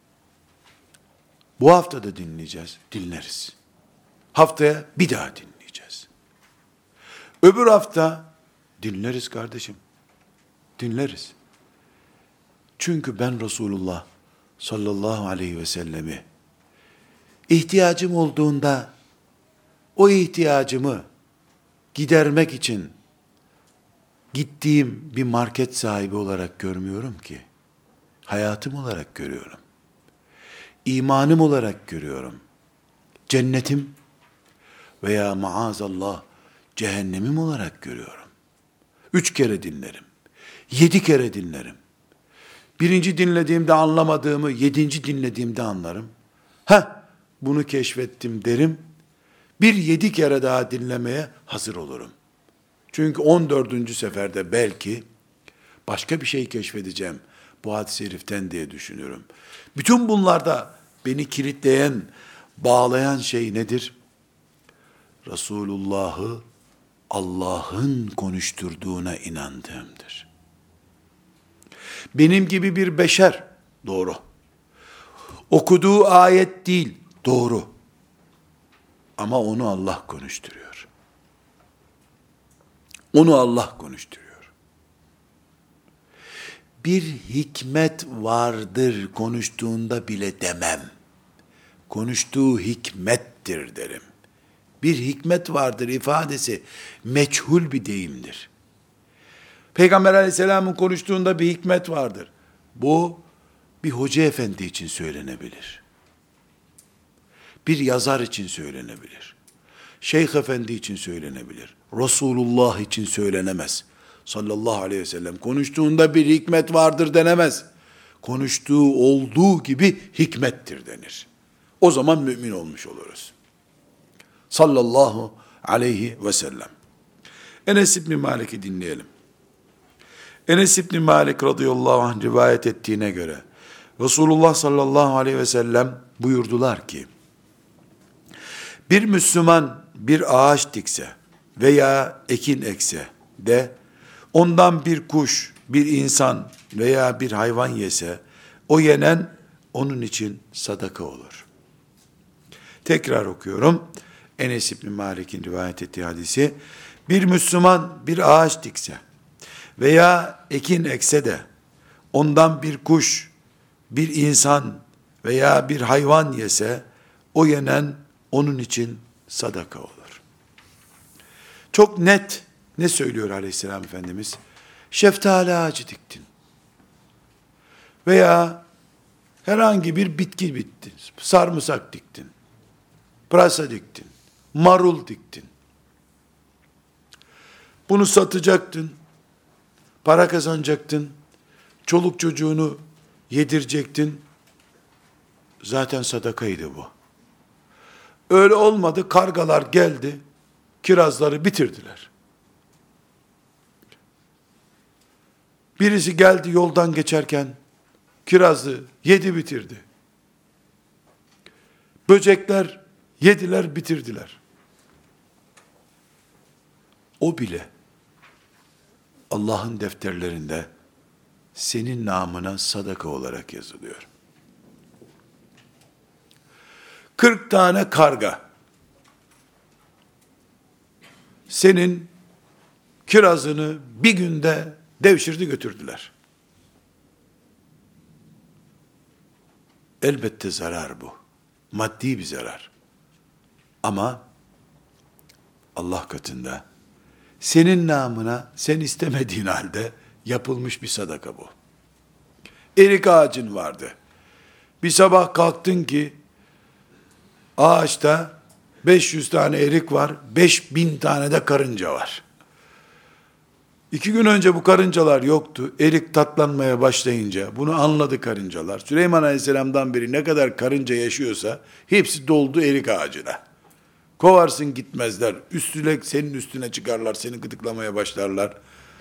Bu hafta da dinleyeceğiz, dinleriz. Haftaya bir daha dinleyeceğiz. Öbür hafta dinleriz kardeşim. Dinleriz. Çünkü ben Resulullah sallallahu aleyhi ve sellemi ihtiyacım olduğunda o ihtiyacımı gidermek için gittiğim bir market sahibi olarak görmüyorum ki. Hayatım olarak görüyorum. İmanım olarak görüyorum. Cennetim veya maazallah cehennemim olarak görüyorum. 3 kere dinlerim. 7 kere dinlerim. Birinci dinlediğimde anlamadığımı 7. dinlediğimde anlarım. Bunu keşfettim derim. 7 kere daha dinlemeye hazır olurum. Çünkü 14. seferde belki başka bir şey keşfedeceğim bu hadis-i şeriften diye düşünüyorum. Bütün bunlarda beni kilitleyen, bağlayan şey nedir? Resulullah'ı Allah'ın konuşturduğuna inandığımdır. Benim gibi bir beşer, doğru. Okuduğu ayet değil, doğru. Ama onu Allah konuşturuyor. Onu Allah konuşturuyor. Bir hikmet vardır konuştuğunda bile demem. Konuştuğu hikmettir derim. Bir hikmet vardır ifadesi meçhul bir deyimdir. Peygamber aleyhisselamın konuştuğunda bir hikmet vardır. Bu bir hoca efendi için söylenebilir. Bir yazar için söylenebilir. Şeyh efendi için söylenebilir. Resulullah için söylenemez. Sallallahu aleyhi ve sellem konuştuğunda bir hikmet vardır denemez. Konuştuğu olduğu gibi hikmettir denir. O zaman mümin olmuş oluruz. Sallallahu aleyhi ve sellem. Enes İbni Malik'i dinleyelim. Enes İbni Malik radıyallahu anh rivayet ettiğine göre Resulullah sallallahu aleyhi ve sellem buyurdular ki, bir Müslüman bir ağaç dikse veya ekin ekse de ondan bir kuş, bir insan veya bir hayvan yese, o yenen onun için sadaka olur. Tekrar okuyorum. Enes İbni Malik'in rivayet ettiği hadisi, bir Müslüman bir ağaç dikse veya ekin ekse de ondan bir kuş, bir insan veya bir hayvan yese, o yenen onun için sadaka olur. Çok net ne söylüyor aleyhisselam Efendimiz? Şeftali ağacı diktin. Veya herhangi bir bitki bittin. Sarımsak diktin. Pırasa diktin. Marul diktin. Bunu satacaktın. Para kazanacaktın. Çoluk çocuğunu yedirecektin. Zaten sadakaydı bu. Öyle olmadı. Kargalar geldi. Kirazları bitirdiler. Birisi geldi yoldan geçerken kirazı yedi bitirdi. Böcekler yediler bitirdiler. O bile Allah'ın defterlerinde senin namına sadaka olarak yazılıyor. 40 tane karga senin kirazını bir günde devşirdi götürdüler. Elbette zarar bu. Maddi bir zarar. Ama Allah katında senin namına sen istemediğin halde yapılmış bir sadaka bu. Erik ağacın vardı. Bir sabah kalktın ki ağaçta 500 tane erik var, 5000 tane de karınca var. 2 gün önce bu karıncalar yoktu. Erik tatlanmaya başlayınca bunu anladı karıncalar. Süleyman Aleyhisselam'dan beri ne kadar karınca yaşıyorsa hepsi doldu erik ağacına. Kovarsın gitmezler. Üstüne, senin üstüne çıkarlar, seni gıdıklamaya başlarlar.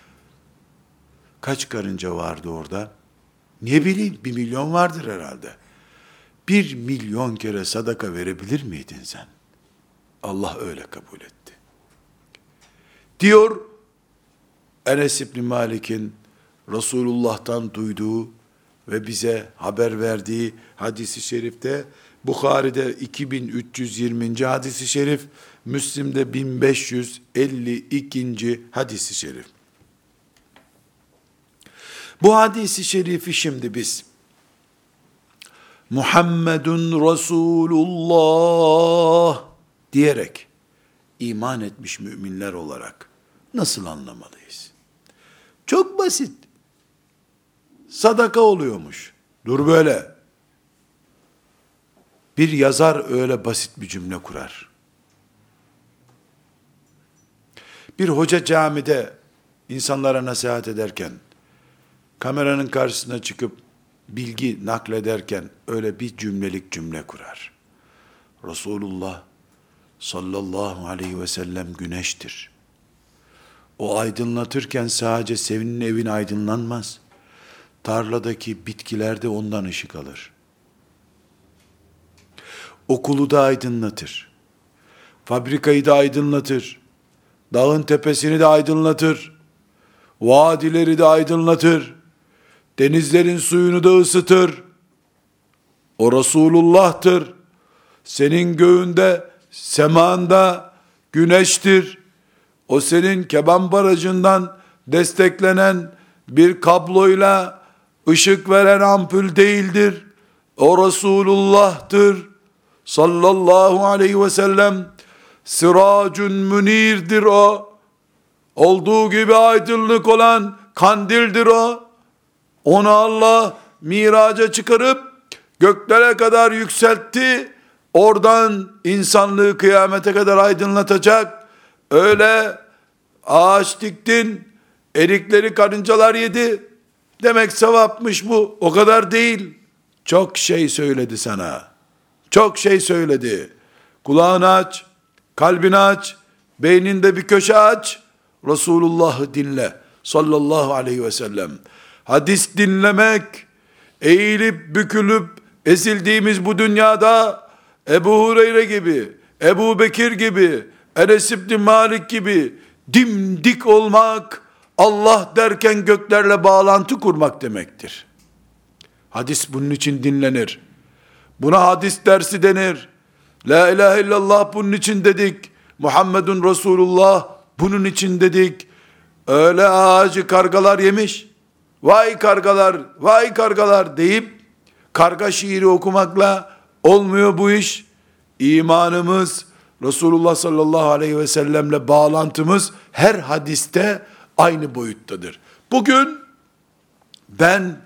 Kaç karınca vardı orada? Ne bileyim, 1 milyon vardır herhalde. 1 milyon kere sadaka verebilir miydin sen? Allah öyle kabul etti. Diyor Enes İbni Malik'in Resulullah'tan duyduğu ve bize haber verdiği hadisi şerifte, Bukhari'de 2320. hadisi şerif, Müslim'de 1552. hadisi şerif. Bu hadisi şerifi şimdi biz Muhammedun Resulullah diyerek iman etmiş müminler olarak nasıl anlamalıyız? Çok basit. Sadaka oluyormuş. Dur böyle. Bir yazar öyle basit bir cümle kurar. Bir hoca camide insanlara nasihat ederken, kameranın karşısına çıkıp bilgi naklederken öyle bir cümlelik cümle kurar. Resulullah sallallahu aleyhi ve sellem güneştir. O aydınlatırken sadece senin evin aydınlanmaz. Tarladaki bitkiler de ondan ışık alır. Okulu da aydınlatır. Fabrikayı da aydınlatır. Dağın tepesini de aydınlatır. Vadileri de aydınlatır. Denizlerin suyunu da ısıtır. O Resulullah'tır. Senin göğünde, semanda güneştir. O senin keban barajından desteklenen bir kabloyla ışık veren ampul değildir. O Resulullah'tır. Sallallahu aleyhi ve sellem siracun münirdir o. Olduğu gibi aydınlık olan kandildir o. Onu Allah miraca çıkarıp göklere kadar yükseltti. Oradan insanlığı kıyamete kadar aydınlatacak. Öyle ağaç diktin, erikleri karıncalar yedi. Demek sevapmış bu. O kadar değil. Çok şey söyledi sana. Çok şey söyledi. Kulağını aç, kalbini aç, beyninde bir köşe aç. Resulullah'ı dinle. Sallallahu aleyhi ve sellem. Hadis dinlemek, eğilip bükülüp ezildiğimiz bu dünyada Ebu Hureyre gibi, Ebu Bekir gibi, Enes İbni Malik gibi dimdik olmak, Allah derken göklerle bağlantı kurmak demektir. Hadis bunun için dinlenir. Buna hadis dersi denir. La ilahe illallah bunun için dedik. Muhammedun Resulullah bunun için dedik. Öyle ağacı kargalar yemiş. Vay kargalar, vay kargalar deyip karga şiiri okumakla olmuyor bu iş. İmanımız, Resulullah sallallahu aleyhi ve sellemle bağlantımız her hadiste aynı boyuttadır. Bugün ben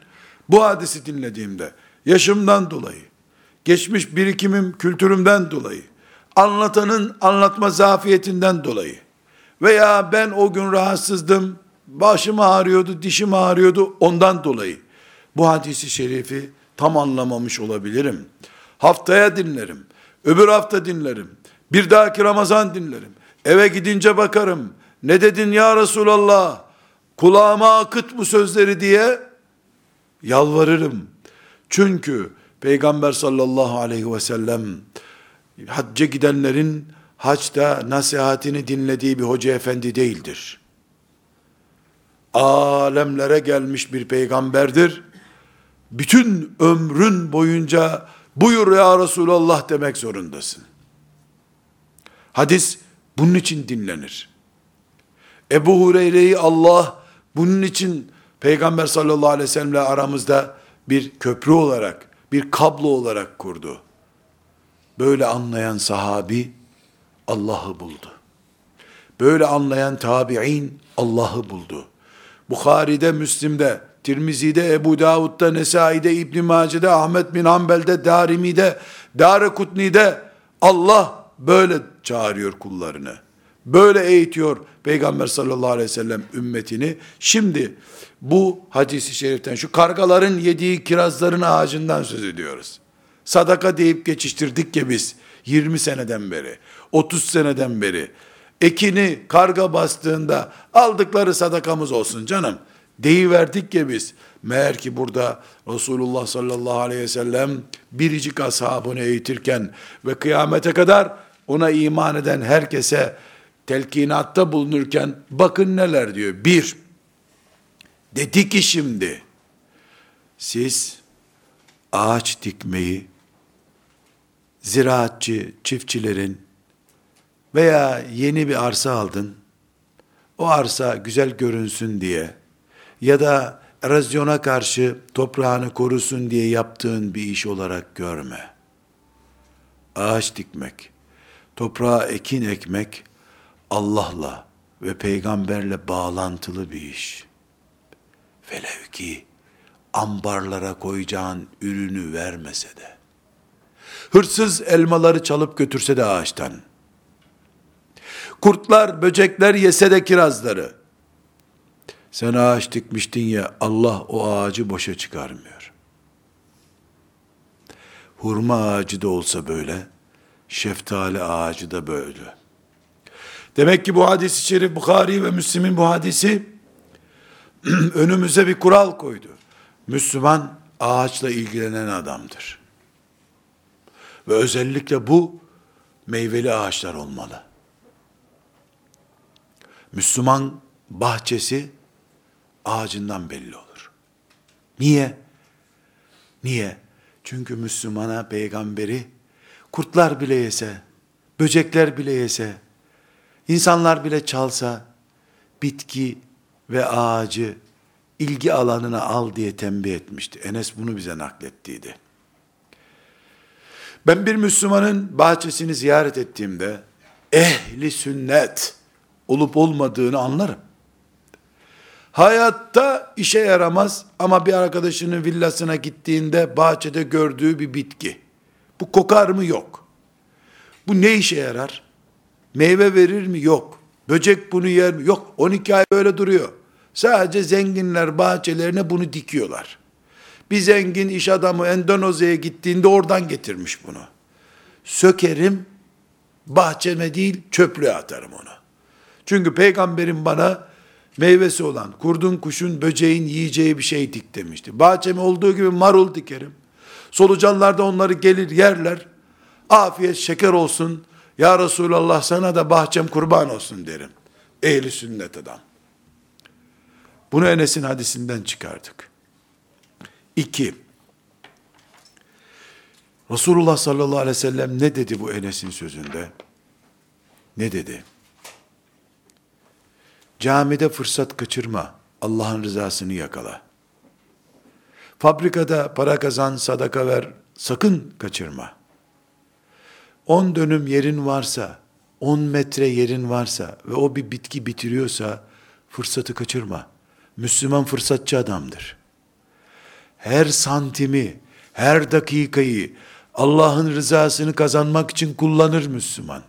Bu hadisi dinlediğimde, yaşımdan dolayı, geçmiş birikimim, kültürümden dolayı, anlatanın anlatma zafiyetinden dolayı veya ben o gün rahatsızdım, başım ağrıyordu, dişim ağrıyordu, ondan dolayı bu hadisi şerifi tam anlamamış olabilirim. Haftaya dinlerim, öbür hafta dinlerim, bir dahaki Ramazan dinlerim, eve gidince bakarım, ne dedin ya Resulallah, kulağıma akıt bu sözleri diye yalvarırım. Çünkü Peygamber sallallahu aleyhi ve sellem hacca gidenlerin haçta nasihatini dinlediği bir hoca efendi değildir. Alemlere gelmiş bir peygamberdir. Bütün ömrün boyunca buyur ya Resulallah demek zorundasın. Hadis bunun için dinlenir. Ebu Hureyre'yi Allah bunun için Peygamber sallallahu aleyhi ve sellemle aramızda bir köprü olarak, bir kablo olarak kurdu. Böyle anlayan sahabi Allah'ı buldu. Böyle anlayan tabi'in Allah'ı buldu. Bukhari'de, Müslim'de, Tirmizi'de, Ebu Davud'da, Nesai'de, İbn Mace'de, Ahmet bin Hanbel'de, Darimi'de, Darikutni'de Allah böyle çağırıyor kullarını. Böyle eğitiyor Peygamber sallallahu aleyhi ve sellem ümmetini. Şimdi bu hadisi şeriften, şu kargaların yediği kirazların ağacından söz ediyoruz. Sadaka deyip geçiştirdik ya biz 20 seneden beri, 30 seneden beri. Ekini karga bastığında aldıkları sadakamız olsun canım deyiverdik ya biz. Meğer ki burada Resulullah sallallahu aleyhi ve sellem biricik ashabını eğitirken ve kıyamete kadar ona iman eden herkese telkinatta bulunurken bakın neler diyor. Bir, dedi ki şimdi siz ağaç dikmeyi ziraatçı, çiftçilerin veya yeni bir arsa aldın, o arsa güzel görünsün diye ya da erozyona karşı toprağını korusun diye yaptığın bir iş olarak görme. Ağaç dikmek, toprağa ekin ekmek, Allah'la ve peygamberle bağlantılı bir iş. Velev ki ambarlara koyacağın ürünü vermese de, hırsız elmaları çalıp götürse de ağaçtan, kurtlar, böcekler yese de kirazları, sen ağaç dikmiştin ya, Allah o ağacı boşa çıkarmıyor. Hurma ağacı da olsa böyle, şeftali ağacı da böyle. Demek ki bu hadis-i şerif, Bukhari ve Müslim'in bu hadisi önümüze bir kural koydu. Müslüman ağaçla ilgilenen adamdır. Ve özellikle bu meyveli ağaçlar olmalı. Müslüman bahçesi ağacından belli olur. Niye? Niye? Çünkü Müslümana peygamberi kurtlar bile yese, böcekler bile yese, insanlar bile çalsa, bitki ve ağacı ilgi alanına al diye tembih etmişti. Enes bunu bize naklettiydi. Ben bir Müslümanın bahçesini ziyaret ettiğimde, ehli sünnet olup olmadığını anlarım. Hayatta işe yaramaz ama bir arkadaşının villasına gittiğinde bahçede gördüğü bir bitki. Bu kokar mı? Yok. Bu ne işe yarar? Meyve verir mi? Yok. Böcek bunu yer mi? Yok. 12 ay böyle duruyor. Sadece zenginler bahçelerine bunu dikiyorlar. Bir zengin iş adamı Endonezya'ya gittiğinde oradan getirmiş bunu. Sökerim, bahçeme değil çöplüğe atarım onu. Çünkü peygamberim bana meyvesi olan, kurdun, kuşun, böceğin yiyeceği bir şey dik demişti. Bahçeme olduğu gibi marul dikerim. Solucanlar da onları gelir yerler. Afiyet şeker olsun. Ya Resulallah sana da bahçem kurban olsun derim. Ehli sünnet adam. Bunu Enes'in hadisinden çıkardık. 2. Resulullah sallallahu aleyhi ve sellem ne dedi bu Enes'in sözünde? Ne dedi? Camide fırsat kaçırma, Allah'ın rızasını yakala. Fabrikada para kazan, sadaka ver, sakın kaçırma. 10 dönüm yerin varsa, 10 metre yerin varsa ve o bir bitki bitiriyorsa, fırsatı kaçırma. Müslüman fırsatçı adamdır. her santimi, her dakikayı Allah'ın rızasını kazanmak için kullanır Müslüman.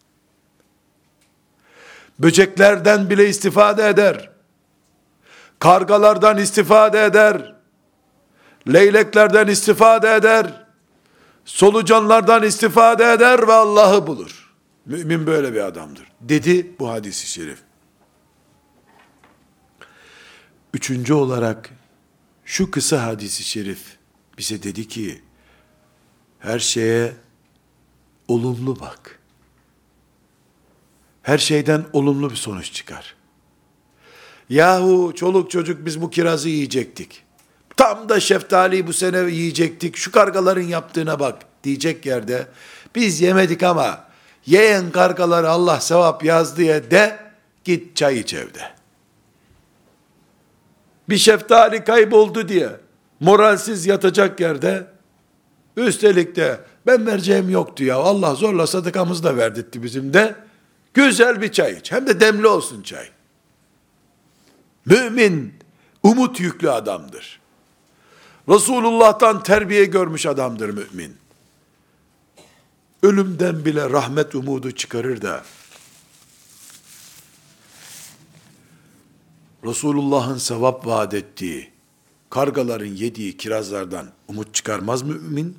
Böceklerden bile istifade eder. Kargalardan istifade eder. Leyleklerden istifade eder. Solucanlardan istifade eder ve Allah'ı bulur. Mümin böyle bir adamdır dedi bu hadis-i şerif. Üçüncü olarak şu kısa hadis-i şerif bize dedi ki, her şeye olumlu bak. Her şeyden olumlu bir sonuç çıkar. Yahu çoluk çocuk biz bu kirazı yiyecektik. Tam da şeftaliyi bu sene yiyecektik. Şu kargaların yaptığına bak diyecek yerde, biz yemedik ama yiyen kargaları Allah sevap yaz diye de, git çay iç evde. Bir şeftali kayboldu diye moralsiz yatacak yerde, üstelik de ben vereceğim yoktu ya, Allah zorla sadakamızı da verdirtti bizim de, güzel bir çay iç. Hem de demli olsun çay. Mümin umut yüklü adamdır. Resulullah'tan terbiye görmüş adamdır mümin. Ölümden bile rahmet umudu çıkarır da, Resulullah'ın sevap vaat ettiği, kargaların yediği kirazlardan umut çıkarmaz mümin.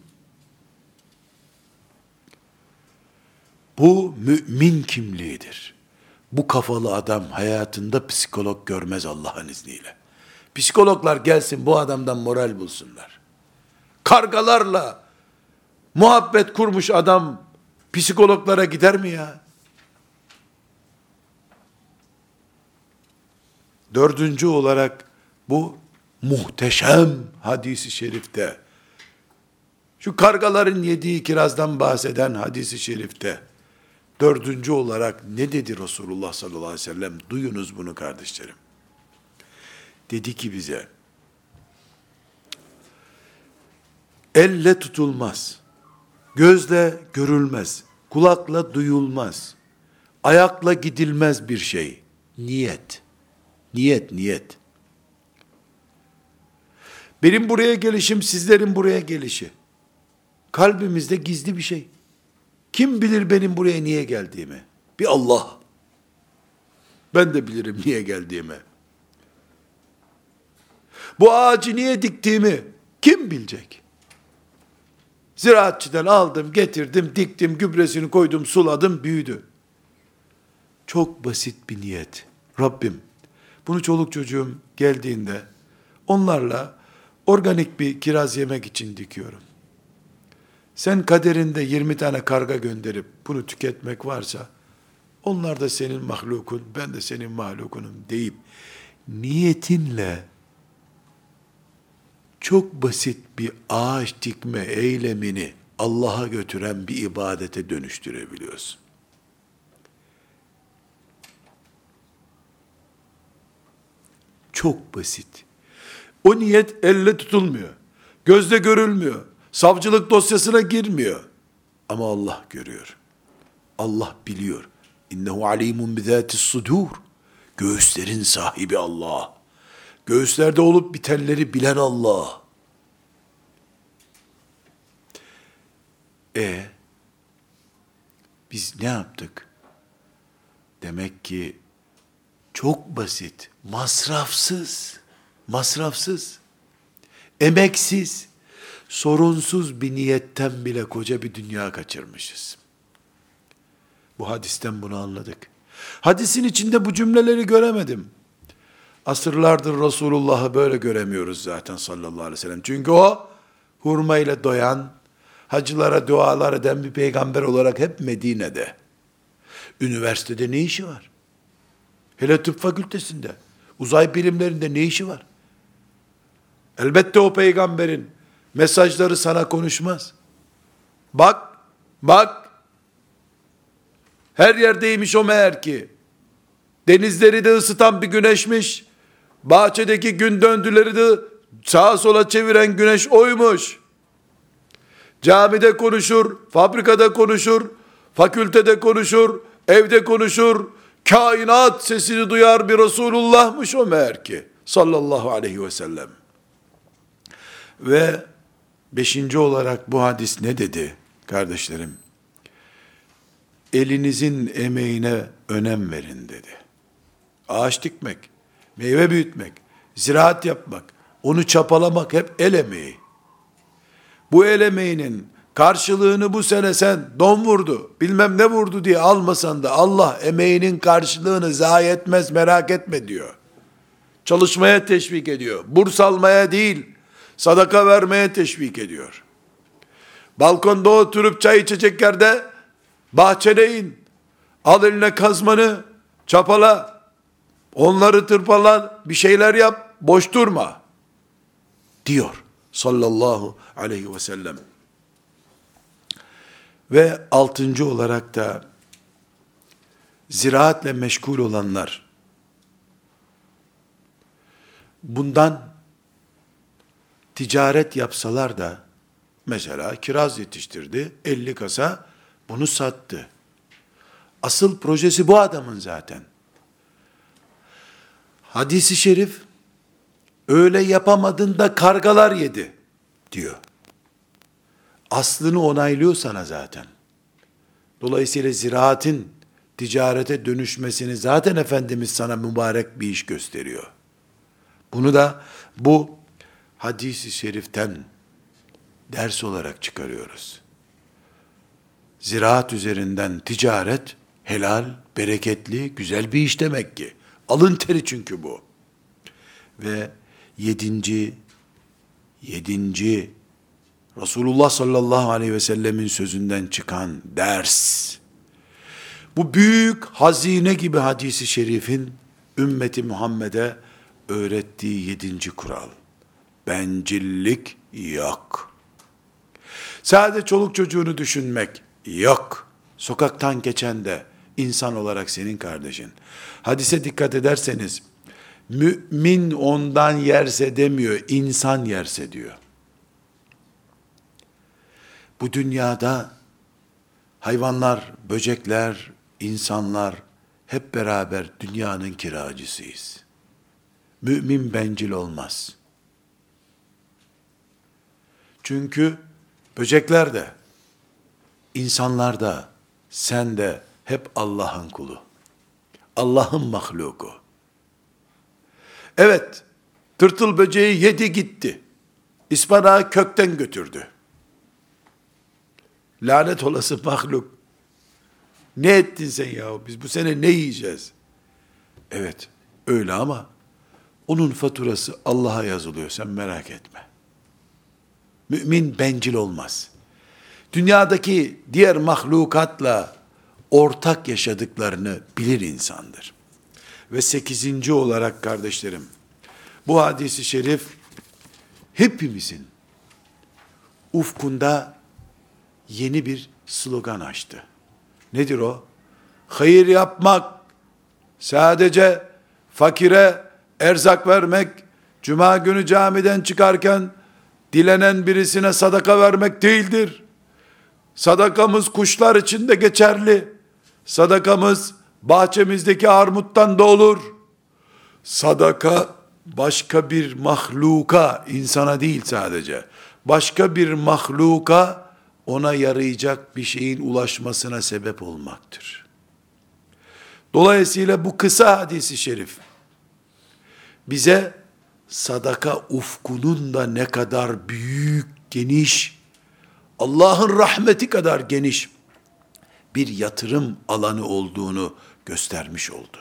Bu mümin kimliğidir. Bu kafalı adam hayatında psikolog görmez Allah'ın izniyle. Psikologlar gelsin bu adamdan moral bulsunlar. Kargalarla muhabbet kurmuş adam psikologlara gider mi ya? Dördüncü olarak bu muhteşem hadis-i şerifte, şu kargaların yediği kirazdan bahseden hadis-i şerifte, dördüncü olarak ne dedi Resulullah sallallahu aleyhi ve sellem? Duyunuz bunu kardeşlerim. Dedi ki bize, elle tutulmaz, gözle görülmez, kulakla duyulmaz, ayakla gidilmez bir şey. Niyet. Niyet. Benim buraya gelişim, sizlerin buraya gelişi. Kalbimizde gizli bir şey. Kim bilir benim buraya niye geldiğimi? Bir Allah. Ben de bilirim niye geldiğimi. Bu ağacı niye diktiğimi kim bilecek? Ziraatçıdan aldım, getirdim, diktim, gübresini koydum, suladım, büyüdü. Çok basit bir niyet. Rabbim, bunu çoluk çocuğum geldiğinde onlarla organik bir kiraz yemek için dikiyorum. Sen kaderinde 20 tane karga gönderip bunu tüketmek varsa, onlar da senin mahlukun, ben de senin mahlukunum deyip, niyetinle çok basit bir ağaç dikme eylemini Allah'a götüren bir ibadete dönüştürebiliyorsun. Çok basit. O niyet elle tutulmuyor. Gözle görülmüyor. Savcılık dosyasına girmiyor. Ama Allah görüyor. Allah biliyor. İnnehu alimun bizâtis sudur. Göğüslerin sahibi Allah. Göğüslerde olup bitenleri bilen Allah. Biz ne yaptık? Demek ki çok basit, masrafsız, emeksiz, sorunsuz bir niyetten bile koca bir dünya kaçırmışız. Bu hadisten bunu anladık. Hadisin içinde bu cümleleri göremedim. Asırlardır Resulullah'ı böyle göremiyoruz zaten sallallahu aleyhi ve sellem. Çünkü o hurma ile doyan, hacılara dualar eden bir peygamber olarak hep Medine'de. Üniversitede ne işi var? Hele tıp fakültesinde, uzay bilimlerinde ne işi var? Elbette o peygamberin mesajları sana konuşmaz. Bak, her yerdeymiş o meğer ki. Denizleri de ısıtan bir güneşmiş. Bahçedeki gün döndüleri de sağa sola çeviren güneş oymuş. Camide konuşur, fabrikada konuşur, fakültede konuşur, evde konuşur. Kainat sesini duyar bir Resulullah'mış o meğer ki. Sallallahu aleyhi ve sellem. Ve beşinci olarak bu hadis ne dedi kardeşlerim? Elinizin emeğine önem verin dedi. Ağaç dikmek, meyve büyütmek, ziraat yapmak, onu çapalamak hep el emeği. Bu el emeğinin karşılığını bu sene sen don vurdu, bilmem ne vurdu diye almasan da Allah emeğinin karşılığını zayi etmez, merak etme diyor. Çalışmaya teşvik ediyor. Burs almaya değil, sadaka vermeye teşvik ediyor. Balkonda oturup çay içecek yerde bahçene in. Al eline kazmanı, çapala. Onları tırpala, bir şeyler yap, boş durma. Diyor sallallahu aleyhi ve sellem. Ve altıncı olarak da ziraatle meşgul olanlar bundan ticaret yapsalar da, mesela kiraz yetiştirdi, 50 kasa bunu sattı. Asıl projesi bu adamın zaten. Hadis-i şerif, öyle yapamadın da kargalar yedi diyor. Aslını onaylıyor sana zaten. Dolayısıyla ziraatin ticarete dönüşmesini zaten Efendimiz sana mübarek bir iş gösteriyor. Bunu da bu hadis-i şeriften ders olarak çıkarıyoruz. Ziraat üzerinden ticaret helal, bereketli, güzel bir iş demek ki. Alın teri çünkü bu. Ve yedinci Resulullah sallallahu aleyhi ve sellemin sözünden çıkan ders. Bu büyük hazine gibi hadisi şerifin ümmeti Muhammed'e öğrettiği 7. kural. Bencillik yok. Sadece çoluk çocuğunu düşünmek yok. Sokaktan geçen de insan olarak senin kardeşin. Hadise dikkat ederseniz, mümin ondan yerse demiyor, insan yerse diyor. Bu dünyada hayvanlar, böcekler, insanlar hep beraber dünyanın kiracısıyız. Mümin bencil olmaz. Çünkü böcekler de, insanlar da, sen de hep Allah'ın kulu. Allah'ın mahluku. Evet, tırtıl böceği yedi gitti. İspanağı kökten götürdü. Lanet olası mahluk. Ne ettin sen ya? Biz bu sene ne yiyeceğiz? Evet, öyle ama onun faturası Allah'a yazılıyor. Sen merak etme. Mümin bencil olmaz. Dünyadaki diğer mahlukatla ortak yaşadıklarını bilir insandır. Ve 8. olarak kardeşlerim, bu hadisi şerif hepimizin ufkunda yeni bir slogan açtı. Nedir o? Hayır yapmak, sadece fakire erzak vermek, cuma günü camiden çıkarken dilenen birisine sadaka vermek değildir. Sadakamız kuşlar için de geçerli. Sadakamız bahçemizdeki armuttan da olur. Sadaka başka bir mahluka, insana değil sadece, başka bir mahluka ona yarayacak bir şeyin ulaşmasına sebep olmaktır. Dolayısıyla bu kısa hadisi şerif bize sadaka ufkunun da ne kadar büyük, geniş, Allah'ın rahmeti kadar geniş bir yatırım alanı olduğunu göstermiş oldu.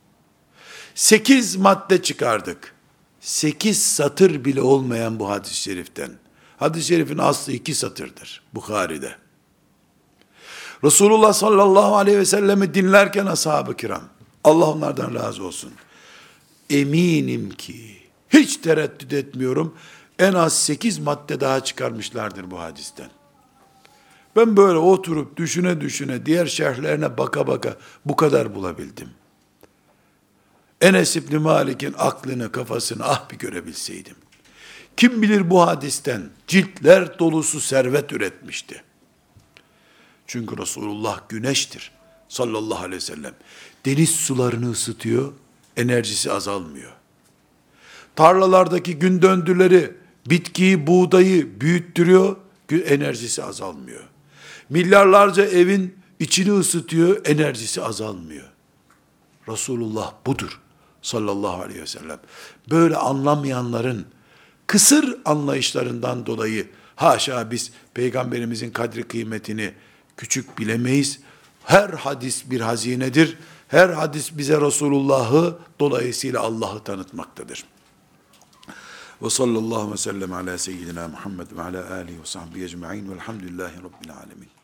8 madde çıkardık. 8 satır bile olmayan bu hadis-i şeriften. Hadis-i şerifin aslı 2 satırdır Bukhari'de. Resulullah sallallahu aleyhi ve sellemi dinlerken ashab-ı kiram, Allah onlardan razı olsun, eminim ki, hiç tereddüt etmiyorum, en az 8 madde daha çıkarmışlardır bu hadisten. Ben böyle oturup düşüne düşüne, diğer şerhlerine baka baka bu kadar bulabildim. Enes İbni Malik'in aklını, kafasını bir görebilseydim. Kim bilir bu hadisten ciltler dolusu servet üretmişti. Çünkü Resulullah güneştir sallallahu aleyhi ve sellem. Deniz sularını ısıtıyor, enerjisi azalmıyor. Tarlalardaki gün döndüleri bitkiyi, buğdayı büyüttürüyor, enerjisi azalmıyor. Milyarlarca evin içini ısıtıyor, enerjisi azalmıyor. Resulullah budur sallallahu aleyhi ve sellem. Böyle anlamayanların kısır anlayışlarından dolayı haşa biz peygamberimizin kadri kıymetini küçük bilemeyiz. Her hadis bir hazinedir. Her hadis bize Resulullah'ı, dolayısıyla Allah'ı tanıtmaktadır. Ve sallallahu ve sellem ala seyyidina Muhammed ve ala alihi ve sahbihi ecma'in velhamdülillahi rabbil alemin.